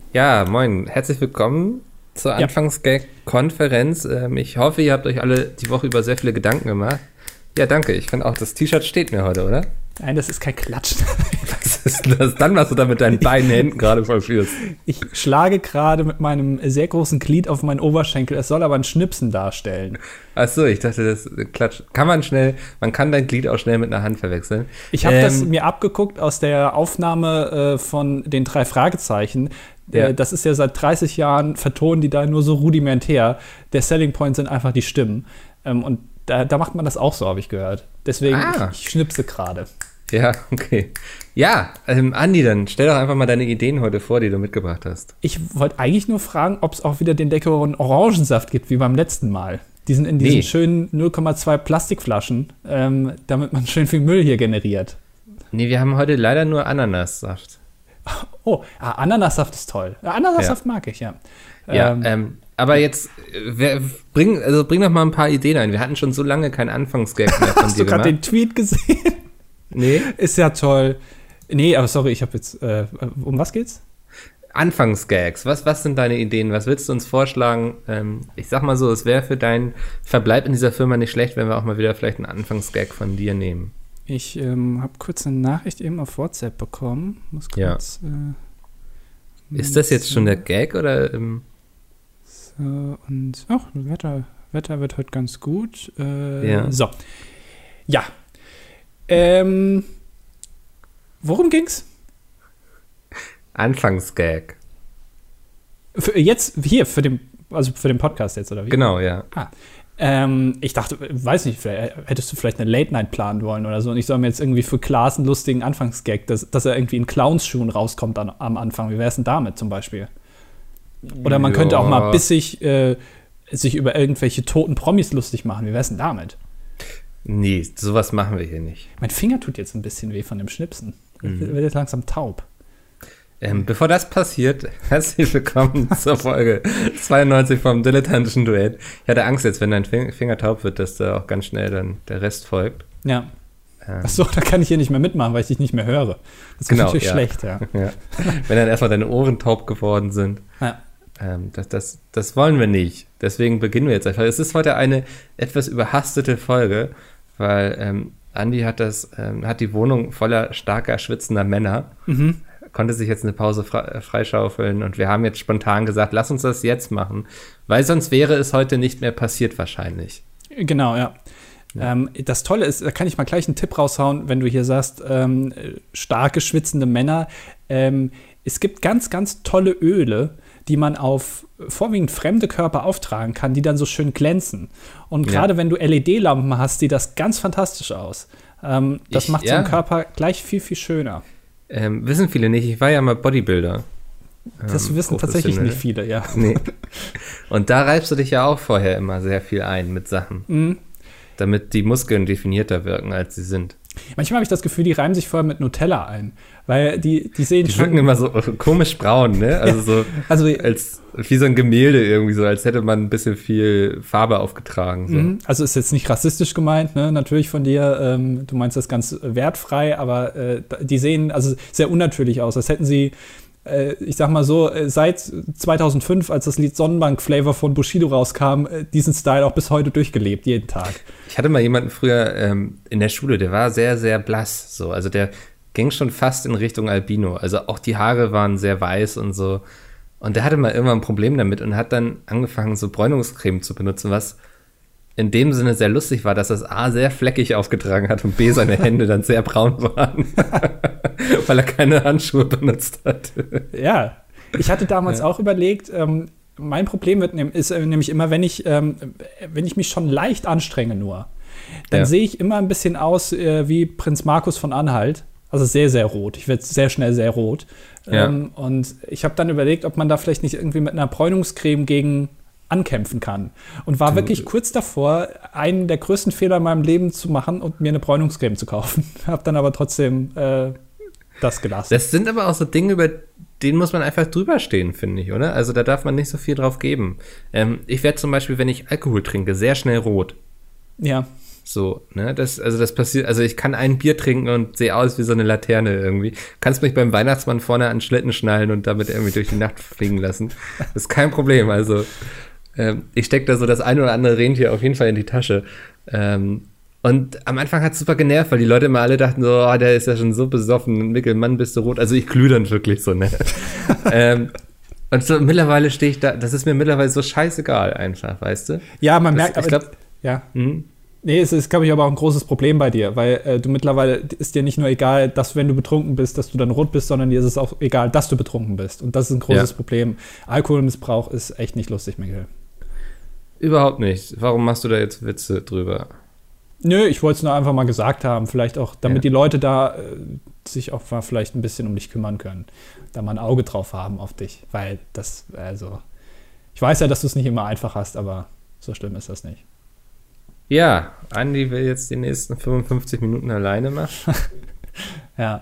Ja, moin. Herzlich willkommen zur Anfangsgag-Konferenz. Ich hoffe, ihr habt euch alle die Woche über sehr viele Gedanken gemacht. Ja, danke. Ich finde auch, das T-Shirt steht mir heute, oder? Nein, das ist kein Klatschen. Was ist das dann, was du da mit deinen beiden Händen gerade vollführst? Ich schlage gerade mit meinem sehr großen Glied auf meinen Oberschenkel. Es soll aber ein Schnipsen darstellen. Ach so, ich dachte, das Klatsch. Man kann dein Glied auch schnell mit einer Hand verwechseln. Ich habe das mir abgeguckt aus der Aufnahme von den 3 Fragezeichen. Ja. Das ist ja seit 30 Jahren, vertonen die da nur so rudimentär. Der Selling Point sind einfach die Stimmen. Und da macht man das auch so, habe ich gehört. Deswegen, ich schnipse gerade. Ja, okay. Ja, Andi, dann stell doch einfach mal deine Ideen heute vor, die du mitgebracht hast. Ich wollte eigentlich nur fragen, ob es auch wieder den leckeren Orangensaft gibt, wie beim letzten Mal. Die sind in diesen schönen 0,2 Plastikflaschen, damit man schön viel Müll hier generiert. Nee, wir haben heute leider nur Ananassaft. Oh, Ananassaft ist toll. Ananassaft mag ich, ja. Ja, aber jetzt bring doch mal ein paar Ideen ein. Wir hatten schon so lange keinen Anfangsgag mehr von dir gemacht. Hast du gerade den Tweet gesehen? Nee. Ist ja toll. Nee, aber sorry, ich habe jetzt, um was geht's? Anfangsgags. Was sind deine Ideen? Was willst du uns vorschlagen? Ich sag mal so, es wäre für deinen Verbleib in dieser Firma nicht schlecht, wenn wir auch mal wieder vielleicht einen Anfangsgag von dir nehmen. Ich habe kurz eine Nachricht eben auf WhatsApp bekommen. Muss kurz, ist das jetzt schon der Gag oder? So, und Wetter wird heute ganz gut. Ja. So. Ja. Worum ging's? Anfangsgag. Für den Podcast jetzt, oder wie? Genau, ja. Ich dachte, weiß nicht, hättest du vielleicht eine Late-Night planen wollen oder so und ich soll mir jetzt irgendwie für Klaas einen lustigen Anfangsgag, dass er irgendwie in Clownsschuhen rauskommt am Anfang. Wie wär's denn damit zum Beispiel? Oder man könnte auch mal bissig sich über irgendwelche toten Promis lustig machen. Wie wär's denn damit? Nee, sowas machen wir hier nicht. Mein Finger tut jetzt ein bisschen weh von dem Schnipsen. Wird jetzt langsam taub. Bevor das passiert, herzlich willkommen zur Folge 92 vom Dilettantischen Duett. Ich hatte Angst jetzt, wenn dein Finger taub wird, dass da auch ganz schnell dann der Rest folgt. Ja. Achso, da kann ich hier nicht mehr mitmachen, weil ich dich nicht mehr höre. Das ist natürlich schlecht, ja. Wenn dann erstmal deine Ohren taub geworden sind. Ja. Das wollen wir nicht. Deswegen beginnen wir jetzt einfach. Es ist heute eine etwas überhastete Folge, weil Andi hat die Wohnung voller starker, schwitzender Männer. Konnte sich jetzt eine Pause freischaufeln und wir haben jetzt spontan gesagt, lass uns das jetzt machen, weil sonst wäre es heute nicht mehr passiert wahrscheinlich. Genau, ja. Das Tolle ist, da kann ich mal gleich einen Tipp raushauen, wenn du hier sagst, starke, schwitzende Männer. Es gibt ganz, ganz tolle Öle, die man auf vorwiegend fremde Körper auftragen kann, die dann so schön glänzen. Und gerade wenn du LED-Lampen hast, sieht das ganz fantastisch aus. Das macht so einen Körper gleich viel, viel schöner. Wissen viele nicht, ich war ja mal Bodybuilder. Das wissen tatsächlich nicht viele, ja. Nee. Und da reibst du dich ja auch vorher immer sehr viel ein mit Sachen, damit die Muskeln definierter wirken, als sie sind. Manchmal habe ich das Gefühl, die reiben sich vorher mit Nutella ein, weil die sehen die schon... wirken immer so komisch braun, ne? Also als wie so ein Gemälde irgendwie so, als hätte man ein bisschen viel Farbe aufgetragen. So. Also ist jetzt nicht rassistisch gemeint, ne? Natürlich von dir. Du meinst das ganz wertfrei, aber die sehen also sehr unnatürlich aus, als hätten sie ich sag mal so, seit 2005, als das Lied Sonnenbank-Flavor von Bushido rauskam, diesen Style auch bis heute durchgelebt, jeden Tag. Ich hatte mal jemanden früher in der Schule, der war sehr, sehr blass. So. Also der ging schon fast in Richtung Albino. Also auch die Haare waren sehr weiß und so. Und der hatte mal irgendwann ein Problem damit und hat dann angefangen, so Bräunungscreme zu benutzen, was in dem Sinne sehr lustig war, dass das A sehr fleckig aufgetragen hat und B seine Hände dann sehr braun waren, weil er keine Handschuhe benutzt hat. Ja, ich hatte damals auch überlegt, mein Problem ist nämlich immer, wenn ich mich schon leicht anstrenge nur, dann sehe ich immer ein bisschen aus wie Prinz Markus von Anhalt. Also sehr, sehr rot. Ich werde sehr schnell sehr rot. Und ich habe dann überlegt, ob man da vielleicht nicht irgendwie mit einer Bräunungscreme gegen ankämpfen kann. Und war wirklich kurz davor, einen der größten Fehler in meinem Leben zu machen und mir eine Bräunungscreme zu kaufen. Hab dann aber trotzdem das gelassen. Das sind aber auch so Dinge, über denen muss man einfach drüber stehen, finde ich, oder? Also da darf man nicht so viel drauf geben. Ich werde zum Beispiel, wenn ich Alkohol trinke, sehr schnell rot. Ja. So, ne? Das passiert, also ich kann ein Bier trinken und sehe aus wie so eine Laterne irgendwie. Kannst mich beim Weihnachtsmann vorne an den Schlitten schnallen und damit irgendwie durch die Nacht fliegen lassen. Das ist kein Problem. Also ich stecke da so das ein oder andere Rentier auf jeden Fall in die Tasche. Und am Anfang hat es super genervt, weil die Leute immer alle dachten so, der ist ja schon so besoffen, Mikkel, Mann, bist du rot. Also ich glühe dann wirklich so, ne? Und so mittlerweile stehe ich da, das ist mir mittlerweile so scheißegal einfach, weißt du? Ja, man merkt, aber ja. Nee, es ist, glaube ich, aber auch ein großes Problem bei dir, weil du mittlerweile ist dir nicht nur egal, dass wenn du betrunken bist, dass du dann rot bist, sondern dir ist es auch egal, dass du betrunken bist. Und das ist ein großes Problem. Alkoholmissbrauch ist echt nicht lustig, Mikkel. Überhaupt nicht. Warum machst du da jetzt Witze drüber? Nö, ich wollte es nur einfach mal gesagt haben. Vielleicht auch, damit die Leute da sich auch mal vielleicht ein bisschen um dich kümmern können. Da mal ein Auge drauf haben auf dich. Weil das, also, ich weiß ja, dass du es nicht immer einfach hast, aber so schlimm ist das nicht. Ja, Andi will jetzt die nächsten 55 Minuten alleine machen. Ja.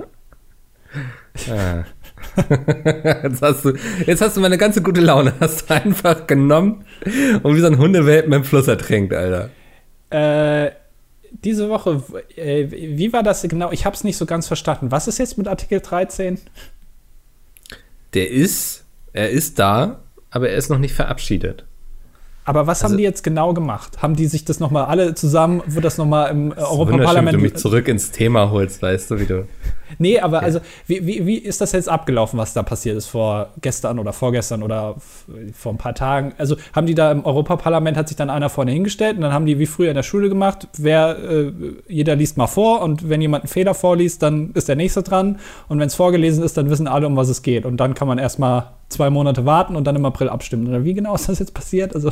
Jetzt hast du meine ganze gute Laune. Hast du einfach genommen und wie so ein Hundewelpen im Fluss ertränkt, Alter. Diese Woche, wie war das genau? Ich habe es nicht so ganz verstanden. Was ist jetzt mit Artikel 13? Er ist da, aber er ist noch nicht verabschiedet. Aber was haben die jetzt genau gemacht? Haben die sich das nochmal alle zusammen, wird das nochmal im Europaparlament... Wie du mich zurück ins Thema holst, weißt du, wie du... Nee, aber also, wie ist das jetzt abgelaufen, was da passiert ist gestern oder vorgestern oder vor ein paar Tagen? Also haben die da im Europaparlament, hat sich dann einer vorne hingestellt und dann haben die wie früher in der Schule gemacht, jeder liest mal vor und wenn jemand einen Fehler vorliest, dann ist der Nächste dran und wenn es vorgelesen ist, dann wissen alle, um was es geht und dann kann man erstmal 2 Monate warten und dann im April abstimmen. Oder wie genau ist das jetzt passiert? Also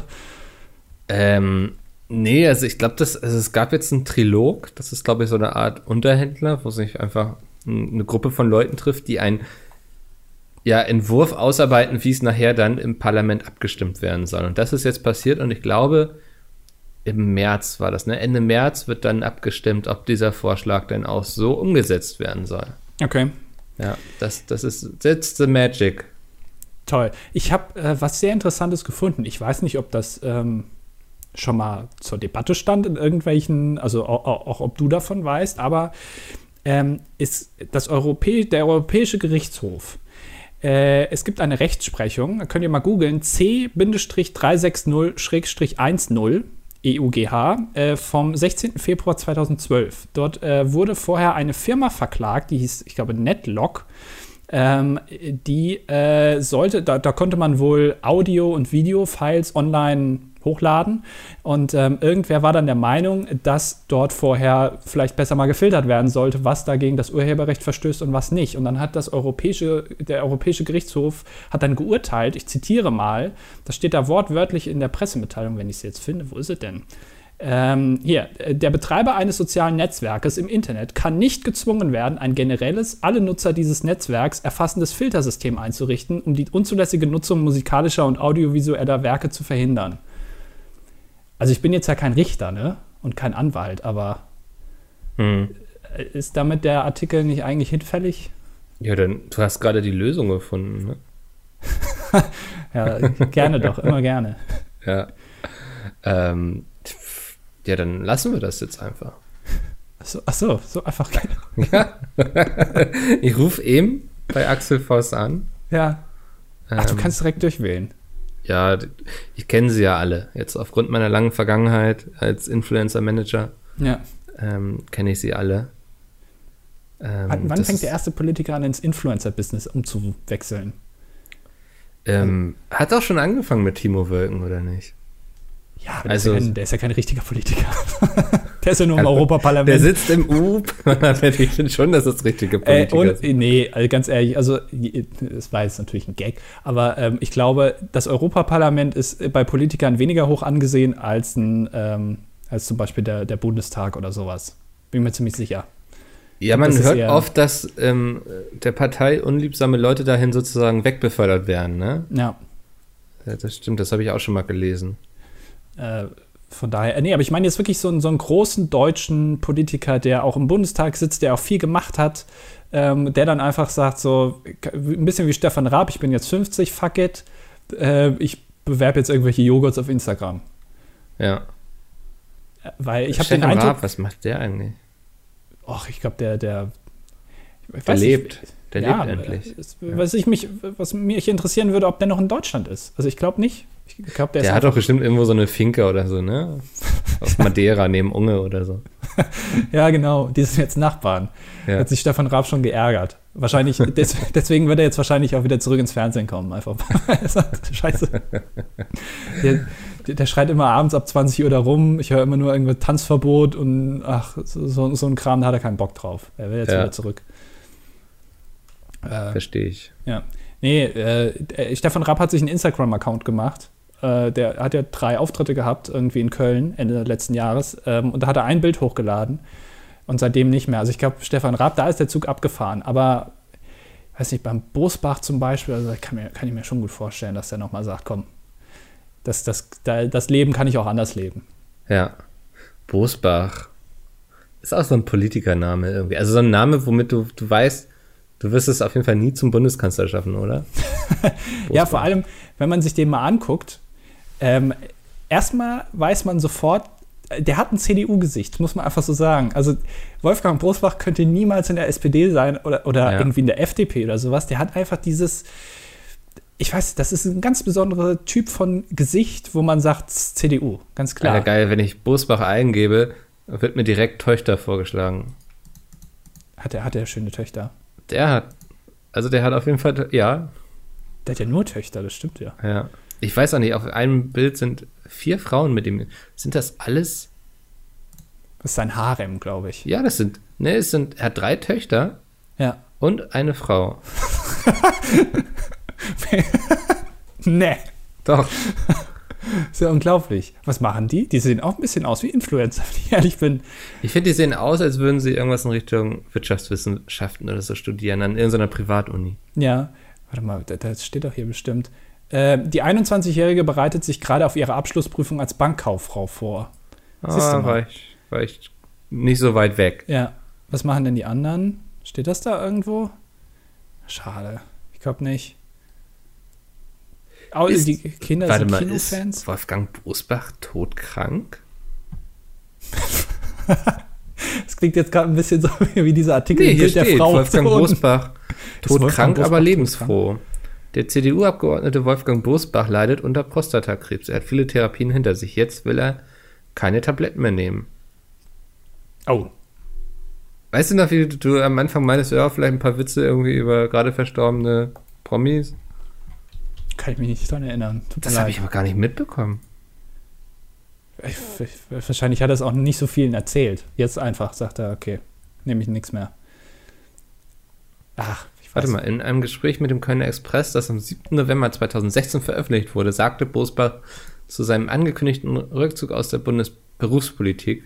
nee, also ich glaube, es gab jetzt einen Trilog, das ist, glaube ich, so eine Art Unterhändler, wo sich einfach eine Gruppe von Leuten trifft, die einen Entwurf ausarbeiten, wie es nachher dann im Parlament abgestimmt werden soll. Und das ist jetzt passiert und ich glaube, im März war das, ne? Ende März wird dann abgestimmt, ob dieser Vorschlag dann auch so umgesetzt werden soll. Okay. Ja, that's the magic. Toll. Ich habe was sehr Interessantes gefunden. Ich weiß nicht, ob das schon mal zur Debatte stand in irgendwelchen, also auch ob du davon weißt, aber ist der Europäische Gerichtshof. Es gibt eine Rechtsprechung, da könnt ihr mal googeln, C-360-10 EUGH vom 16. Februar 2012. Dort wurde vorher eine Firma verklagt, die hieß, ich glaube, Netlock. Die da konnte man wohl Audio- und Video-Files online hochladen und irgendwer war dann der Meinung, dass dort vorher vielleicht besser mal gefiltert werden sollte, was dagegen das Urheberrecht verstößt und was nicht. Und dann hat der Europäische Gerichtshof hat dann geurteilt, ich zitiere mal, das steht da wortwörtlich in der Pressemitteilung, wenn ich es jetzt finde, wo ist es denn? Hier, der Betreiber eines sozialen Netzwerkes im Internet kann nicht gezwungen werden, ein generelles, alle Nutzer dieses Netzwerks erfassendes Filtersystem einzurichten, um die unzulässige Nutzung musikalischer und audiovisueller Werke zu verhindern. Also ich bin jetzt ja kein Richter, ne? Und kein Anwalt, aber ist damit der Artikel nicht eigentlich hinfällig? Ja, du hast gerade die Lösung gefunden, ne? Ja, gerne doch, immer gerne. Ja. Ja, dann lassen wir das jetzt einfach. Ach so einfach. Ja. Ich rufe eben bei Axel Voss an. Ja. Ach, du kannst direkt durchwählen. Ja, ich kenne sie ja alle. Jetzt aufgrund meiner langen Vergangenheit als Influencer-Manager kenne ich sie alle. Wann fängt der erste Politiker an, ins Influencer-Business umzuwechseln? Hat auch schon angefangen mit Timo Wölken, oder nicht? Ja, der ist ja kein richtiger Politiker. Der ist ja nur im Europaparlament. Der sitzt im UP. Ich finde schon, dass das richtige Politiker sind. Nee, also ganz ehrlich, also das war jetzt natürlich ein Gag, aber ich glaube, das Europaparlament ist bei Politikern weniger hoch angesehen als zum Beispiel der Bundestag oder sowas. Bin mir ziemlich sicher. Ja, man hört oft, dass der Partei unliebsame Leute dahin sozusagen wegbefördert werden, ne? Ja. Das stimmt, das habe ich auch schon mal gelesen. Von daher, aber ich meine jetzt wirklich so einen großen deutschen Politiker, der auch im Bundestag sitzt, der auch viel gemacht hat, der dann einfach sagt so, ein bisschen wie Stefan Raab, ich bin jetzt 50, fuck it, ich bewerbe jetzt irgendwelche Joghurts auf Instagram. Ja. Weil ich habe den Stefan Eindruck. Raab, was macht der eigentlich? Och, ich glaube, der lebt. Der lebt endlich. Was mich interessieren würde, ob der noch in Deutschland ist. Also ich glaube nicht. Ich glaub, der hat doch bestimmt irgendwo so eine Finca oder so, ne? Auf Madeira neben Unge oder so. Ja, genau. Die sind jetzt Nachbarn. Ja. Hat sich Stefan Raab schon geärgert. Wahrscheinlich, deswegen wird er jetzt wahrscheinlich auch wieder zurück ins Fernsehen kommen. Einfach. Scheiße. Der schreit immer abends ab 20 Uhr da rum. Ich höre immer nur irgendwie Tanzverbot und so ein Kram, da hat er keinen Bock drauf. Er will jetzt wieder zurück. Verstehe ich. Ja. Nee, Stefan Raab hat sich einen Instagram-Account gemacht. Der hat ja 3 Auftritte gehabt, irgendwie in Köln, Ende letzten Jahres. Und da hat er ein Bild hochgeladen und seitdem nicht mehr. Also ich glaube, Stefan Raab, da ist der Zug abgefahren. Aber, weiß nicht, beim Bosbach zum Beispiel, also kann ich mir schon gut vorstellen, dass der nochmal sagt, komm, das Leben kann ich auch anders leben. Ja, Bosbach ist auch so ein Politikername irgendwie. Also so ein Name, womit du weißt, du wirst es auf jeden Fall nie zum Bundeskanzler schaffen, oder? Ja, vor allem, wenn man sich den mal anguckt, erstmal weiß man sofort, der hat ein CDU-Gesicht, muss man einfach so sagen. Also Wolfgang Bosbach könnte niemals in der SPD sein oder irgendwie in der FDP oder sowas. Der hat einfach dieses, ich weiß, das ist ein ganz besonderer Typ von Gesicht, wo man sagt CDU, ganz klar. Alter, geil, wenn ich Bosbach eingebe, wird mir direkt Töchter vorgeschlagen. Hat er schöne Töchter? Der hat auf jeden Fall, ja. Der hat ja nur Töchter, das stimmt ja. Ja. Ich weiß auch nicht, auf einem Bild sind 4 Frauen mit ihm. Sind das alles? Das ist sein Harem, glaube ich. Ja, er hat 3 Töchter. Ja. Und eine Frau. Nee. Doch. Ist ja unglaublich. Was machen die? Die sehen auch ein bisschen aus wie Influencer, wenn ich ehrlich bin. Ich finde, die sehen aus, als würden sie irgendwas in Richtung Wirtschaftswissenschaften oder so studieren, an irgendeiner Privatuni. Ja, warte mal, das steht doch hier bestimmt. Die 21-Jährige bereitet sich gerade auf ihre Abschlussprüfung als Bankkauffrau vor. Siehst du mal? War ich nicht so weit weg. Ja. Was machen denn die anderen? Steht das da irgendwo? Schade. Ich glaube nicht. Die Kinder sind Kinofans. Ist Wolfgang Bosbach todkrank? Das klingt jetzt gerade ein bisschen so wie dieser Artikel hier steht, der Frau. Wolfgang Bosbach todkrank, aber lebensfroh. Der CDU-Abgeordnete Wolfgang Bosbach leidet unter Prostatakrebs. Er hat viele Therapien hinter sich. Jetzt will er keine Tabletten mehr nehmen. Oh. Weißt du noch, wie du am Anfang meinst, ja, vielleicht ein paar Witze irgendwie über gerade verstorbene Promis? Kann ich mich nicht dran erinnern. Das habe ich aber gar nicht mitbekommen. Wahrscheinlich hat er es auch nicht so vielen erzählt. Jetzt einfach sagt er, okay, nehme ich nichts mehr. Ach, ich weiß. Warte mal, in einem Gespräch mit dem Kölner Express, das am 7. November 2016 veröffentlicht wurde, sagte Bosbach zu seinem angekündigten Rückzug aus der Berufspolitik.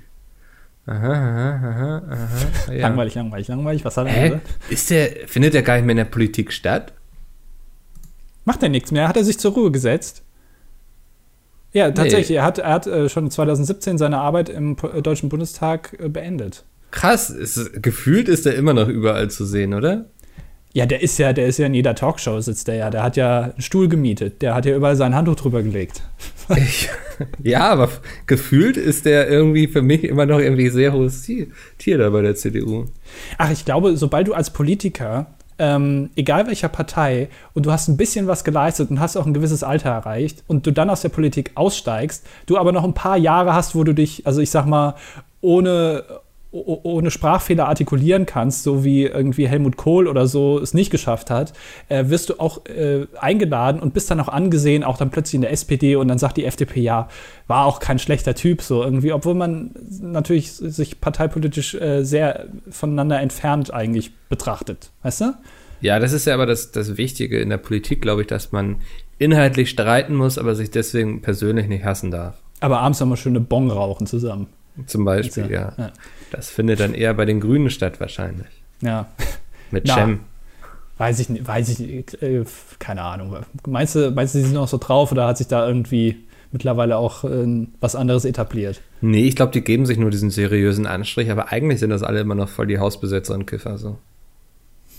Aha. Ja. Langweilig. Was hat er gesagt? Findet der gar nicht mehr in der Politik statt? Macht er nichts mehr? Hat er sich zur Ruhe gesetzt? Ja, tatsächlich. Nee. Er hat schon 2017 seine Arbeit im Deutschen Bundestag beendet. Krass. Gefühlt ist er immer noch überall zu sehen, oder? Ja, der ist ja in jeder Talkshow sitzt der ja. Der hat ja einen Stuhl gemietet. Der hat ja überall sein Handtuch drüber gelegt. Ja, aber gefühlt ist der irgendwie für mich immer noch irgendwie sehr hohes Tier da bei der CDU. Ach, ich glaube, sobald du als Politiker egal welcher Partei, und du hast ein bisschen was geleistet und hast auch ein gewisses Alter erreicht und du dann aus der Politik aussteigst, du aber noch ein paar Jahre hast, wo du dich, also ich sag mal, ohne Sprachfehler artikulieren kannst, so wie irgendwie Helmut Kohl oder so es nicht geschafft hat, wirst du auch eingeladen und bist dann auch angesehen, auch dann plötzlich in der SPD, und dann sagt die FDP, ja, war auch kein schlechter Typ, so irgendwie, obwohl man natürlich sich parteipolitisch sehr voneinander entfernt eigentlich betrachtet, weißt du? Ja, das ist ja aber das Wichtige in der Politik, glaube ich, dass man inhaltlich streiten muss, aber sich deswegen persönlich nicht hassen darf. Aber abends nochmal schöne Bon rauchen zusammen. Zum Beispiel, also, ja. Das findet dann eher bei den Grünen statt wahrscheinlich. Ja. Mit Cem. Weiß ich nicht, keine Ahnung. Meinst du, sie sind noch so drauf oder hat sich da irgendwie mittlerweile auch was anderes etabliert? Nee, ich glaube, die geben sich nur diesen seriösen Anstrich, aber eigentlich sind das alle immer noch voll die Hausbesetzer und Kiffer so.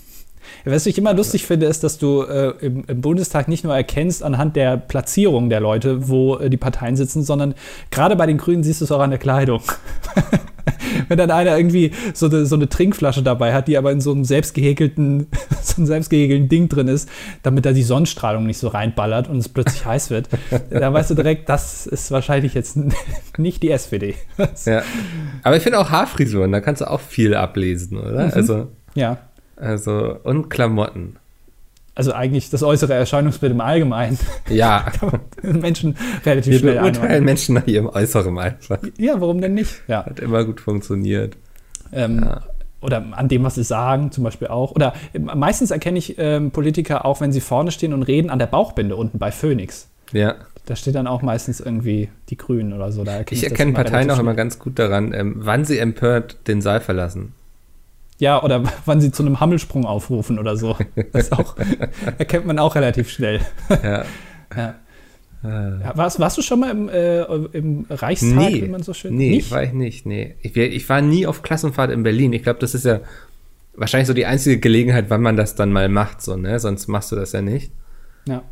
Was ich immer lustig finde, ist, dass du im Bundestag nicht nur erkennst anhand der Platzierung der Leute, wo die Parteien sitzen, sondern gerade bei den Grünen siehst du es auch an der Kleidung. Wenn dann einer irgendwie so eine Trinkflasche dabei hat, die aber in so einem selbstgehäkelten Ding drin ist, damit da die Sonnenstrahlung nicht so reinballert und es plötzlich heiß wird, da weißt du direkt, das ist wahrscheinlich jetzt nicht die SPD. Ja. Aber ich finde auch Haarfrisuren, da kannst du auch viel ablesen, oder? Mhm. Also, und Klamotten. Also eigentlich das äußere Erscheinungsbild im Allgemeinen. Ja. Menschen relativ schnell einordnen. Wir beurteilen Menschen nach ihrem Äußeren einfach. Ja, warum denn nicht? Ja. Hat immer gut funktioniert. Oder an dem, was sie sagen, zum Beispiel auch. Oder meistens erkenne ich Politiker auch, wenn sie vorne stehen und reden, an der Bauchbinde unten bei Phoenix. Ja. Da steht dann auch meistens irgendwie die Grünen oder so. Ich erkenne Parteien auch immer ganz gut daran, wann sie empört den Saal verlassen. Ja, oder wann sie zu einem Hammelsprung aufrufen oder so. Das auch, erkennt man auch relativ schnell. Ja. Ja. Warst du schon mal im Reichstag, wie man so schön Nee, nicht? War ich nicht. Nee. Ich war nie auf Klassenfahrt in Berlin. Ich glaube, das ist ja wahrscheinlich so die einzige Gelegenheit, wann man das dann mal macht. So, ne? Sonst machst du das ja nicht. Ja.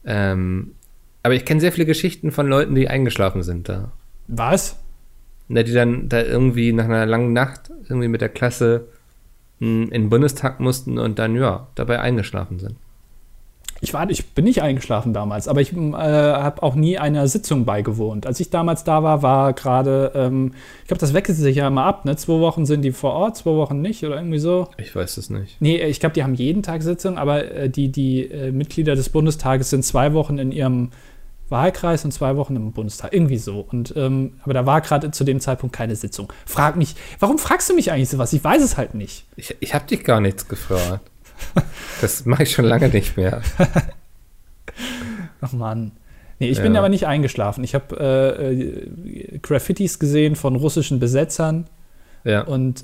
Aber ich kenne sehr viele Geschichten von Leuten, die eingeschlafen sind da. Was? Die dann da irgendwie nach einer langen Nacht irgendwie mit der Klasse in den Bundestag mussten und dann, dabei eingeschlafen sind. Ich bin nicht eingeschlafen damals, aber ich habe auch nie einer Sitzung beigewohnt. Als ich damals da war gerade, ich glaube, das wechselt sich ja immer ab, ne? 2 Wochen sind die vor Ort, 2 Wochen nicht oder irgendwie so. Ich weiß es nicht. Nee, ich glaube, die haben jeden Tag Sitzung, aber die Mitglieder des Bundestages sind 2 Wochen in ihrem Wahlkreis und 2 Wochen im Bundestag. Irgendwie so. Und, aber da war gerade zu dem Zeitpunkt keine Sitzung. Frag mich, warum fragst du mich eigentlich sowas? Ich weiß es halt nicht. Ich habe dich gar nichts gefragt. Das mache ich schon lange nicht mehr. Ach Mann. Nee, ich bin aber nicht eingeschlafen. Ich habe Graffitis gesehen von russischen Besetzern und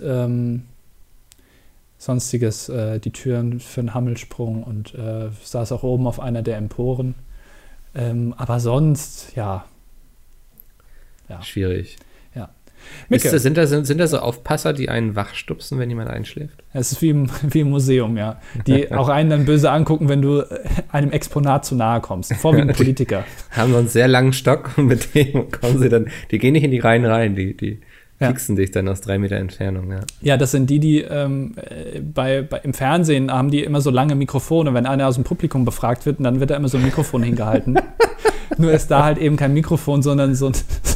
sonstiges, die Türen für einen Hammelsprung und saß auch oben auf einer der Emporen. Aber sonst, ja. Schwierig. Ja. Sind da so Aufpasser, die einen wachstupsen, wenn jemand einschläft? Es ist wie im Museum, ja. Die auch einen dann böse angucken, wenn du einem Exponat zu nahe kommst. Vorwiegend Politiker. Haben so einen sehr langen Stock und mit dem kommen sie dann, die gehen nicht in die Reihen rein, die pieksen dich dann aus 3 Meter Entfernung, ja. Ja, das sind die im Fernsehen haben die immer so lange Mikrofone. Wenn einer aus dem Publikum befragt wird, dann wird da immer so ein Mikrofon hingehalten. Nur ist da halt eben kein Mikrofon, sondern so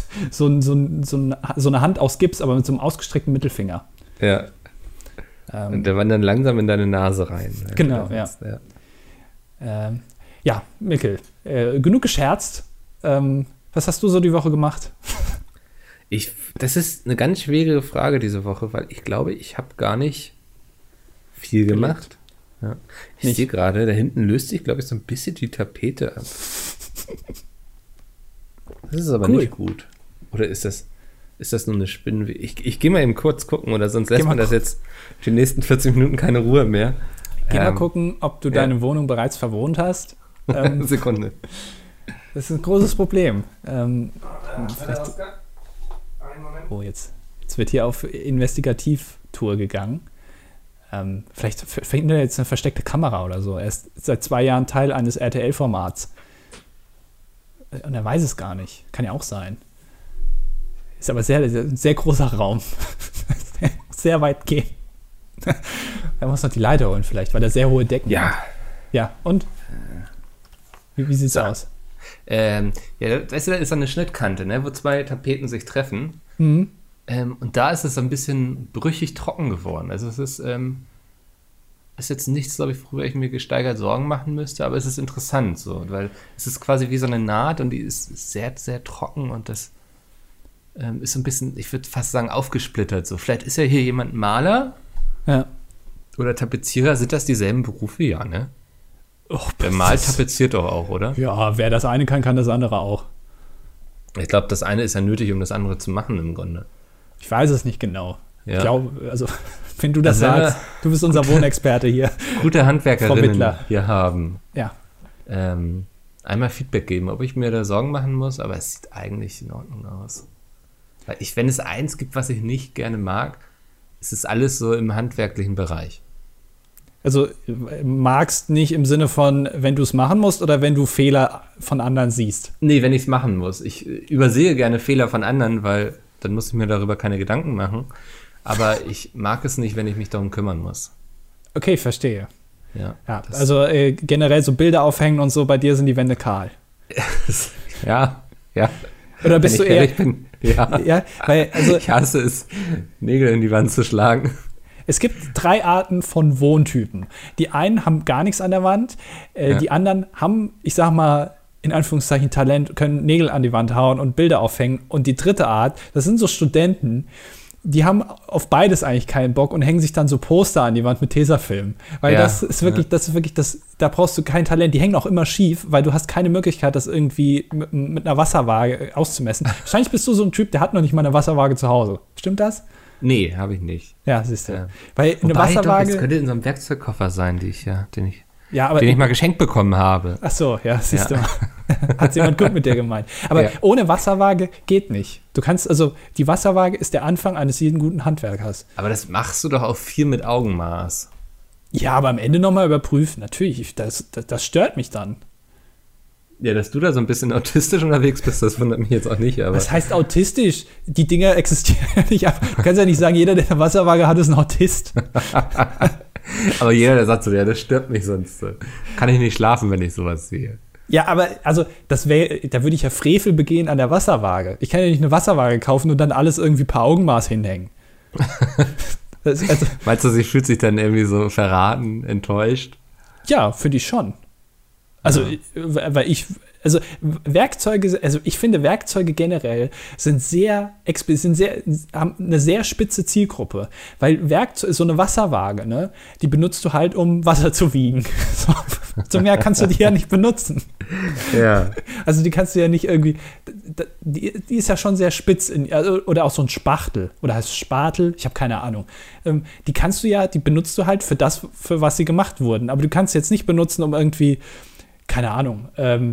eine Hand aus Gips, aber mit so einem ausgestreckten Mittelfinger. Ja. Und der wandert dann langsam in deine Nase rein. Genau, ja. Ja, Mikkel, genug gescherzt. Was hast du so die Woche gemacht? Das ist eine ganz schwierige Frage diese Woche, weil ich glaube, ich habe gar nicht viel gemacht. Ja. Ich sehe gerade, da hinten löst sich, glaube ich, so ein bisschen die Tapete ab. Das ist aber nicht gut. Oder ist das nur eine Spinne? Ich gehe mal eben kurz gucken, oder sonst lässt man das jetzt die nächsten 40 Minuten keine Ruhe mehr. Geh mal gucken, ob du deine Wohnung bereits verwohnt hast. Sekunde. Das ist ein großes Problem. Oh, jetzt wird hier auf Investigativtour gegangen. Vielleicht findet er jetzt eine versteckte Kamera oder so. Er ist seit 2 Jahren Teil eines RTL-Formats. Und er weiß es gar nicht. Kann ja auch sein. Ist aber ein sehr großer Raum. Sehr weit gehen. Er muss noch die Leiter holen vielleicht, weil er sehr hohe Decken hat. Ja, und? Wie sieht's aus? Weißt du, da ist eine Schnittkante, ne, wo 2 Tapeten sich treffen. Mhm. Und da ist es ein bisschen brüchig trocken geworden. Also es ist jetzt nichts, glaube ich, worüber ich mir gesteigert Sorgen machen müsste, aber es ist interessant so, weil es ist quasi wie so eine Naht und die ist sehr, sehr trocken und das ist so ein bisschen, ich würde fast sagen, aufgesplittert. So. Vielleicht ist ja hier jemand Maler oder Tapezierer. Sind das dieselben Berufe? Ja, ne? Der malt, tapeziert doch auch, oder? Ja, wer das eine kann das andere auch. Ich glaube, das eine ist ja nötig, um das andere zu machen im Grunde. Ich weiß es nicht genau. Ja. Ich glaube, also wenn du das sagst, du bist unser Wohnexperte hier. Gute Handwerkerinnen hier haben. Ja. Einmal Feedback geben, ob ich mir da Sorgen machen muss, aber es sieht eigentlich in Ordnung aus. Weil wenn es eins gibt, was ich nicht gerne mag, ist es alles so im handwerklichen Bereich. Also magst nicht im Sinne von, wenn du es machen musst oder wenn du Fehler von anderen siehst? Nee, wenn ich es machen muss. Ich übersehe gerne Fehler von anderen, weil dann muss ich mir darüber keine Gedanken machen. Aber ich mag es nicht, wenn ich mich darum kümmern muss. Okay, verstehe. Ja, also generell so Bilder aufhängen und so, bei dir sind die Wände kahl. Ja. Oder bist du eher... Ja, weil, also, ich hasse es, Nägel in die Wand zu schlagen. Es gibt 3 Arten von Wohntypen. Die einen haben gar nichts an der Wand, die anderen haben, ich sag mal, in Anführungszeichen Talent, können Nägel an die Wand hauen und Bilder aufhängen. Und die dritte Art, das sind so Studenten, die haben auf beides eigentlich keinen Bock und hängen sich dann so Poster an die Wand mit Tesafilm. Weil das ist wirklich, da brauchst du kein Talent. Die hängen auch immer schief, weil du hast keine Möglichkeit, das irgendwie mit einer Wasserwaage auszumessen. Wahrscheinlich bist du so ein Typ, der hat noch nicht mal eine Wasserwaage zu Hause. Stimmt das? Nee, habe ich nicht. Ja, siehst du. Ja. Weil eine Wasserwaage... Das könnte in so einem Werkzeugkoffer sein, den ich Ja, den ich mal geschenkt bekommen habe. Ach so, ja, siehst du. Hat jemand gut mit dir gemeint. Aber ohne Wasserwaage geht nicht. Du kannst, also die Wasserwaage ist der Anfang eines jeden guten Handwerkers. Aber das machst du doch auch viel mit Augenmaß. Ja, aber am Ende nochmal überprüfen. Natürlich, das stört mich dann. Ja, dass du da so ein bisschen autistisch unterwegs bist, das wundert mich jetzt auch nicht. Aber was heißt autistisch? Die Dinger existieren ja nicht. Du kannst ja nicht sagen, jeder, der eine Wasserwaage hat, ist ein Autist. Aber jeder, der sagt so, ja, das stört mich sonst. Kann ich nicht schlafen, wenn ich sowas sehe. Ja, aber also da würde ich ja Frevel begehen an der Wasserwaage. Ich kann ja nicht eine Wasserwaage kaufen und dann alles irgendwie per Augenmaß hinhängen. Meinst du, sie fühlt sich dann irgendwie so verraten, enttäuscht? Ja, für die schon. Also, weil Werkzeuge, also ich finde, Werkzeuge generell haben eine sehr spitze Zielgruppe. Weil Werkzeug, so eine Wasserwaage, ne, die benutzt du halt, um Wasser zu wiegen. So mehr kannst du die ja nicht benutzen. Ja. Also die kannst du ja nicht irgendwie, die ist ja schon sehr spitz, oder auch so ein Spachtel, oder heißt es Spatel? Ich habe keine Ahnung. Die benutzt du halt für das, für was sie gemacht wurden. Aber du kannst sie jetzt nicht benutzen, um irgendwie, keine Ahnung,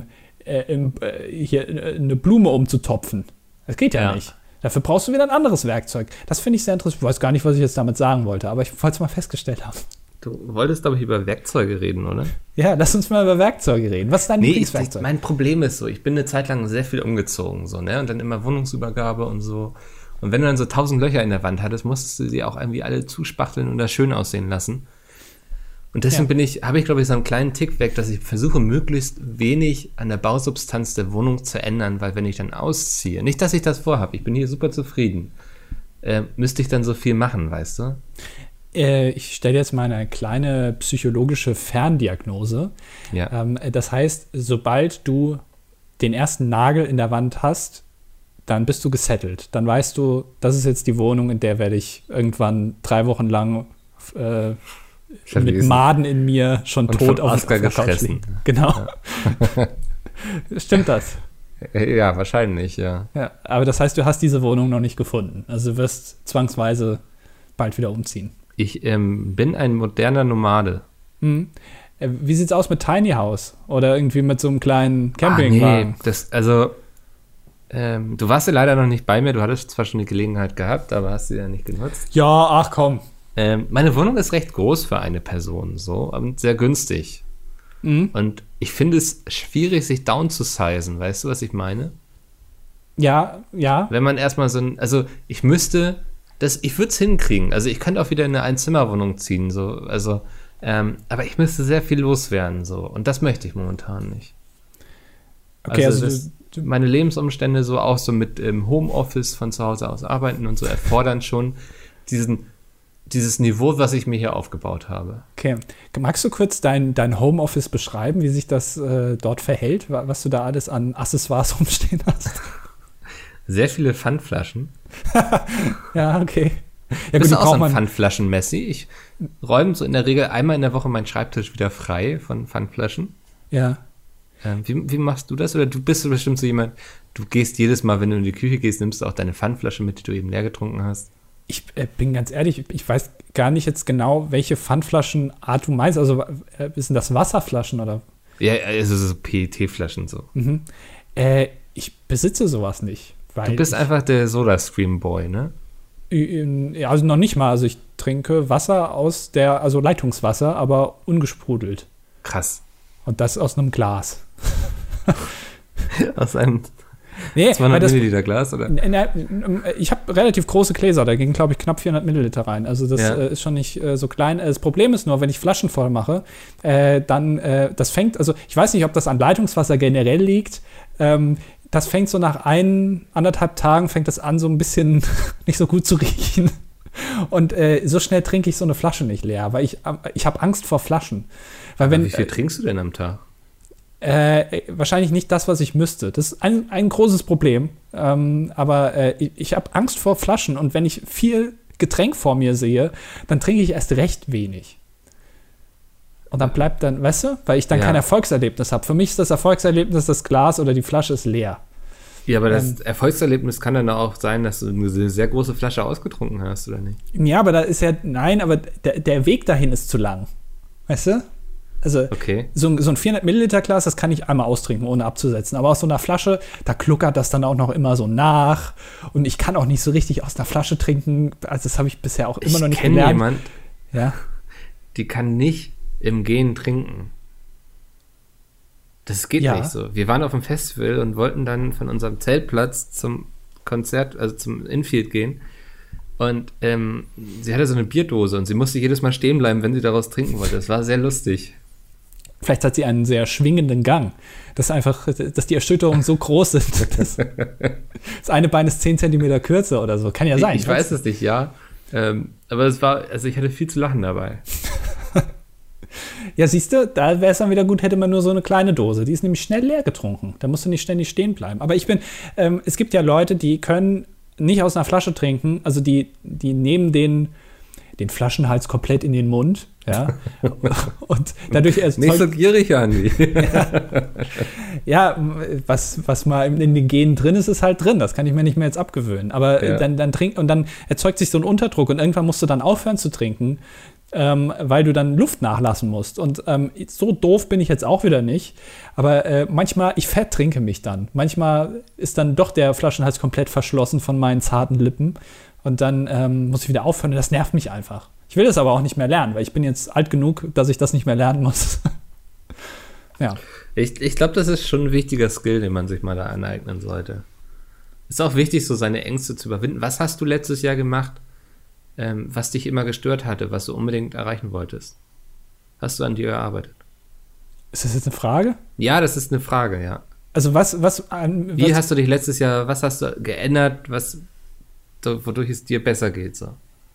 hier eine Blume umzutopfen. Das geht ja nicht. Dafür brauchst du wieder ein anderes Werkzeug. Das finde ich sehr interessant. Ich weiß gar nicht, was ich jetzt damit sagen wollte, aber ich wollte es mal festgestellt haben. Du wolltest, glaube ich, über Werkzeuge reden, oder? Ja, lass uns mal über Werkzeuge reden. Was ist dein Lieblingswerkzeug? Mein Problem ist so, ich bin eine Zeit lang sehr viel umgezogen, so, ne? Und dann immer Wohnungsübergabe und so. Und wenn du dann so 1000 Löcher in der Wand hattest, musstest du sie auch irgendwie alle zuspachteln und das schön aussehen lassen. Und deswegen habe ich, glaube ich, so einen kleinen Tick weg, dass ich versuche, möglichst wenig an der Bausubstanz der Wohnung zu ändern, weil wenn ich dann ausziehe, nicht, dass ich das vorhabe, ich bin hier super zufrieden, müsste ich dann so viel machen, weißt du? Ich stelle jetzt mal eine kleine psychologische Ferndiagnose. Ja. Das heißt, sobald du den ersten Nagel in der Wand hast, dann bist du gesettelt. Dann weißt du, das ist jetzt die Wohnung, in der werde ich irgendwann 3 Wochen lang mit Maden in mir schon und tot auf der Couch liegen. Genau. Ja. Stimmt das? Ja, wahrscheinlich, ja. Aber das heißt, du hast diese Wohnung noch nicht gefunden. Also du wirst zwangsweise bald wieder umziehen. Ich bin ein moderner Nomade. Mhm. Wie sieht's aus mit Tiny House? Oder irgendwie mit so einem kleinen Campingwagen? Du warst ja leider noch nicht bei mir. Du hattest zwar schon die Gelegenheit gehabt, aber hast sie ja nicht genutzt. Ja, ach komm. Meine Wohnung ist recht groß für eine Person, so, und sehr günstig. Mhm. Und ich finde es schwierig, sich down zu sizen. Weißt du, was ich meine? Ja. Wenn man erstmal ich würde es hinkriegen. Also ich könnte auch wieder in eine Einzimmerwohnung ziehen, so, also, aber ich müsste sehr viel loswerden, so, und das möchte ich momentan nicht. Okay, meine Lebensumstände so auch so mit Homeoffice von zu Hause aus arbeiten und so erfordern schon dieses Niveau, was ich mir hier aufgebaut habe. Okay. Magst du kurz dein Homeoffice beschreiben, wie sich das dort verhält, was du da alles an Accessoires rumstehen hast? Sehr viele Pfandflaschen. Ja, okay. Ja, bist du auch so ein Pfandflaschen-Messi? Ich räume so in der Regel einmal in der Woche meinen Schreibtisch wieder frei von Pfandflaschen. Ja. Wie machst du das? Oder du bist bestimmt so jemand, du gehst jedes Mal, wenn du in die Küche gehst, nimmst du auch deine Pfandflasche mit, die du eben leer getrunken hast? Ich bin ganz ehrlich, ich weiß gar nicht jetzt genau, welche Pfandflaschenart du meinst. Also, sind das Wasserflaschen oder? Ja, also so PET-Flaschen so. Mhm. Ich besitze sowas nicht. Du bist einfach der Soda-Stream-Boy, ne? Also noch nicht mal. Also ich trinke Wasser also Leitungswasser, aber ungesprudelt. Krass. Und das aus einem Glas. Aus einem 200 Milliliter Glas, oder? Ich habe relativ große Gläser, da gehen, glaube ich, knapp 400 Milliliter rein. Also das ist schon nicht so klein. Das Problem ist nur, wenn ich Flaschen voll mache, dann, also ich weiß nicht, ob das an Leitungswasser generell liegt. Das fängt so nach 1,5 Tagen, fängt das an, so ein bisschen nicht so gut zu riechen. Und so schnell trinke ich so eine Flasche nicht leer, weil ich habe Angst vor Flaschen. Weil wie viel trinkst du denn am Tag? Wahrscheinlich nicht das, was ich müsste. Das ist ein großes Problem. Aber ich habe Angst vor Flaschen. Und wenn ich viel Getränk vor mir sehe, dann trinke ich erst recht wenig. Und dann bleibt dann, weißt du, weil ich dann kein Erfolgserlebnis habe. Für mich ist das Erfolgserlebnis, das Glas oder die Flasche ist leer. Ja, aber das Erfolgserlebnis kann dann auch sein, dass du eine sehr große Flasche ausgetrunken hast, oder nicht? Ja, aber da ist aber der Weg dahin ist zu lang. Weißt du? Also so ein 400 Milliliter Glas, das kann ich einmal austrinken, ohne abzusetzen. Aber aus so einer Flasche, da kluckert das dann auch noch immer so nach. Und ich kann auch nicht so richtig aus einer Flasche trinken. Also das habe ich bisher auch immer noch nicht gelernt. Ich kenne jemanden, die kann nicht im Gehen trinken. Das geht nicht so. Wir waren auf dem Festival und wollten dann von unserem Zeltplatz zum Konzert, also zum Infield gehen. Und sie hatte so eine Bierdose und sie musste jedes Mal stehen bleiben, wenn sie daraus trinken wollte. Das war sehr lustig. Vielleicht hat sie einen sehr schwingenden Gang. Dass die Erschütterungen so groß sind. Das eine Bein ist 10 Zentimeter kürzer oder so. Kann ja sein. Ich weiß es nicht, ja. Aber ich hatte viel zu lachen dabei. Ja, siehst du, da wäre es dann wieder gut, hätte man nur so eine kleine Dose. Die ist nämlich schnell leer getrunken. Da musst du nicht ständig stehen bleiben. Aber es gibt ja Leute, die können nicht aus einer Flasche trinken. Also die nehmen den Flaschenhals komplett in den Mund. Ja. Und dadurch nicht so gierig, Andi. Ja, was mal in den Genen drin ist, ist halt drin. Das kann ich mir nicht mehr jetzt abgewöhnen. Aber dann trinkt und dann erzeugt sich so ein Unterdruck und irgendwann musst du dann aufhören zu trinken, weil du dann Luft nachlassen musst. Und so doof bin ich jetzt auch wieder nicht. Aber manchmal, ich vertrinke mich dann. Manchmal ist dann doch der Flaschenhals komplett verschlossen von meinen zarten Lippen. Und dann muss ich wieder aufhören und das nervt mich einfach. Ich will das aber auch nicht mehr lernen, weil ich bin jetzt alt genug, dass ich das nicht mehr lernen muss. Ja. Ich glaube, das ist schon ein wichtiger Skill, den man sich mal da aneignen sollte. Ist auch wichtig, so seine Ängste zu überwinden. Was hast du letztes Jahr gemacht, was dich immer gestört hatte, was du unbedingt erreichen wolltest? Hast du an dir erarbeitet? Ist das jetzt eine Frage? Ja, das ist eine Frage, ja. Also wie hast du dich letztes Jahr, was hast du geändert, wodurch es dir besser geht, so?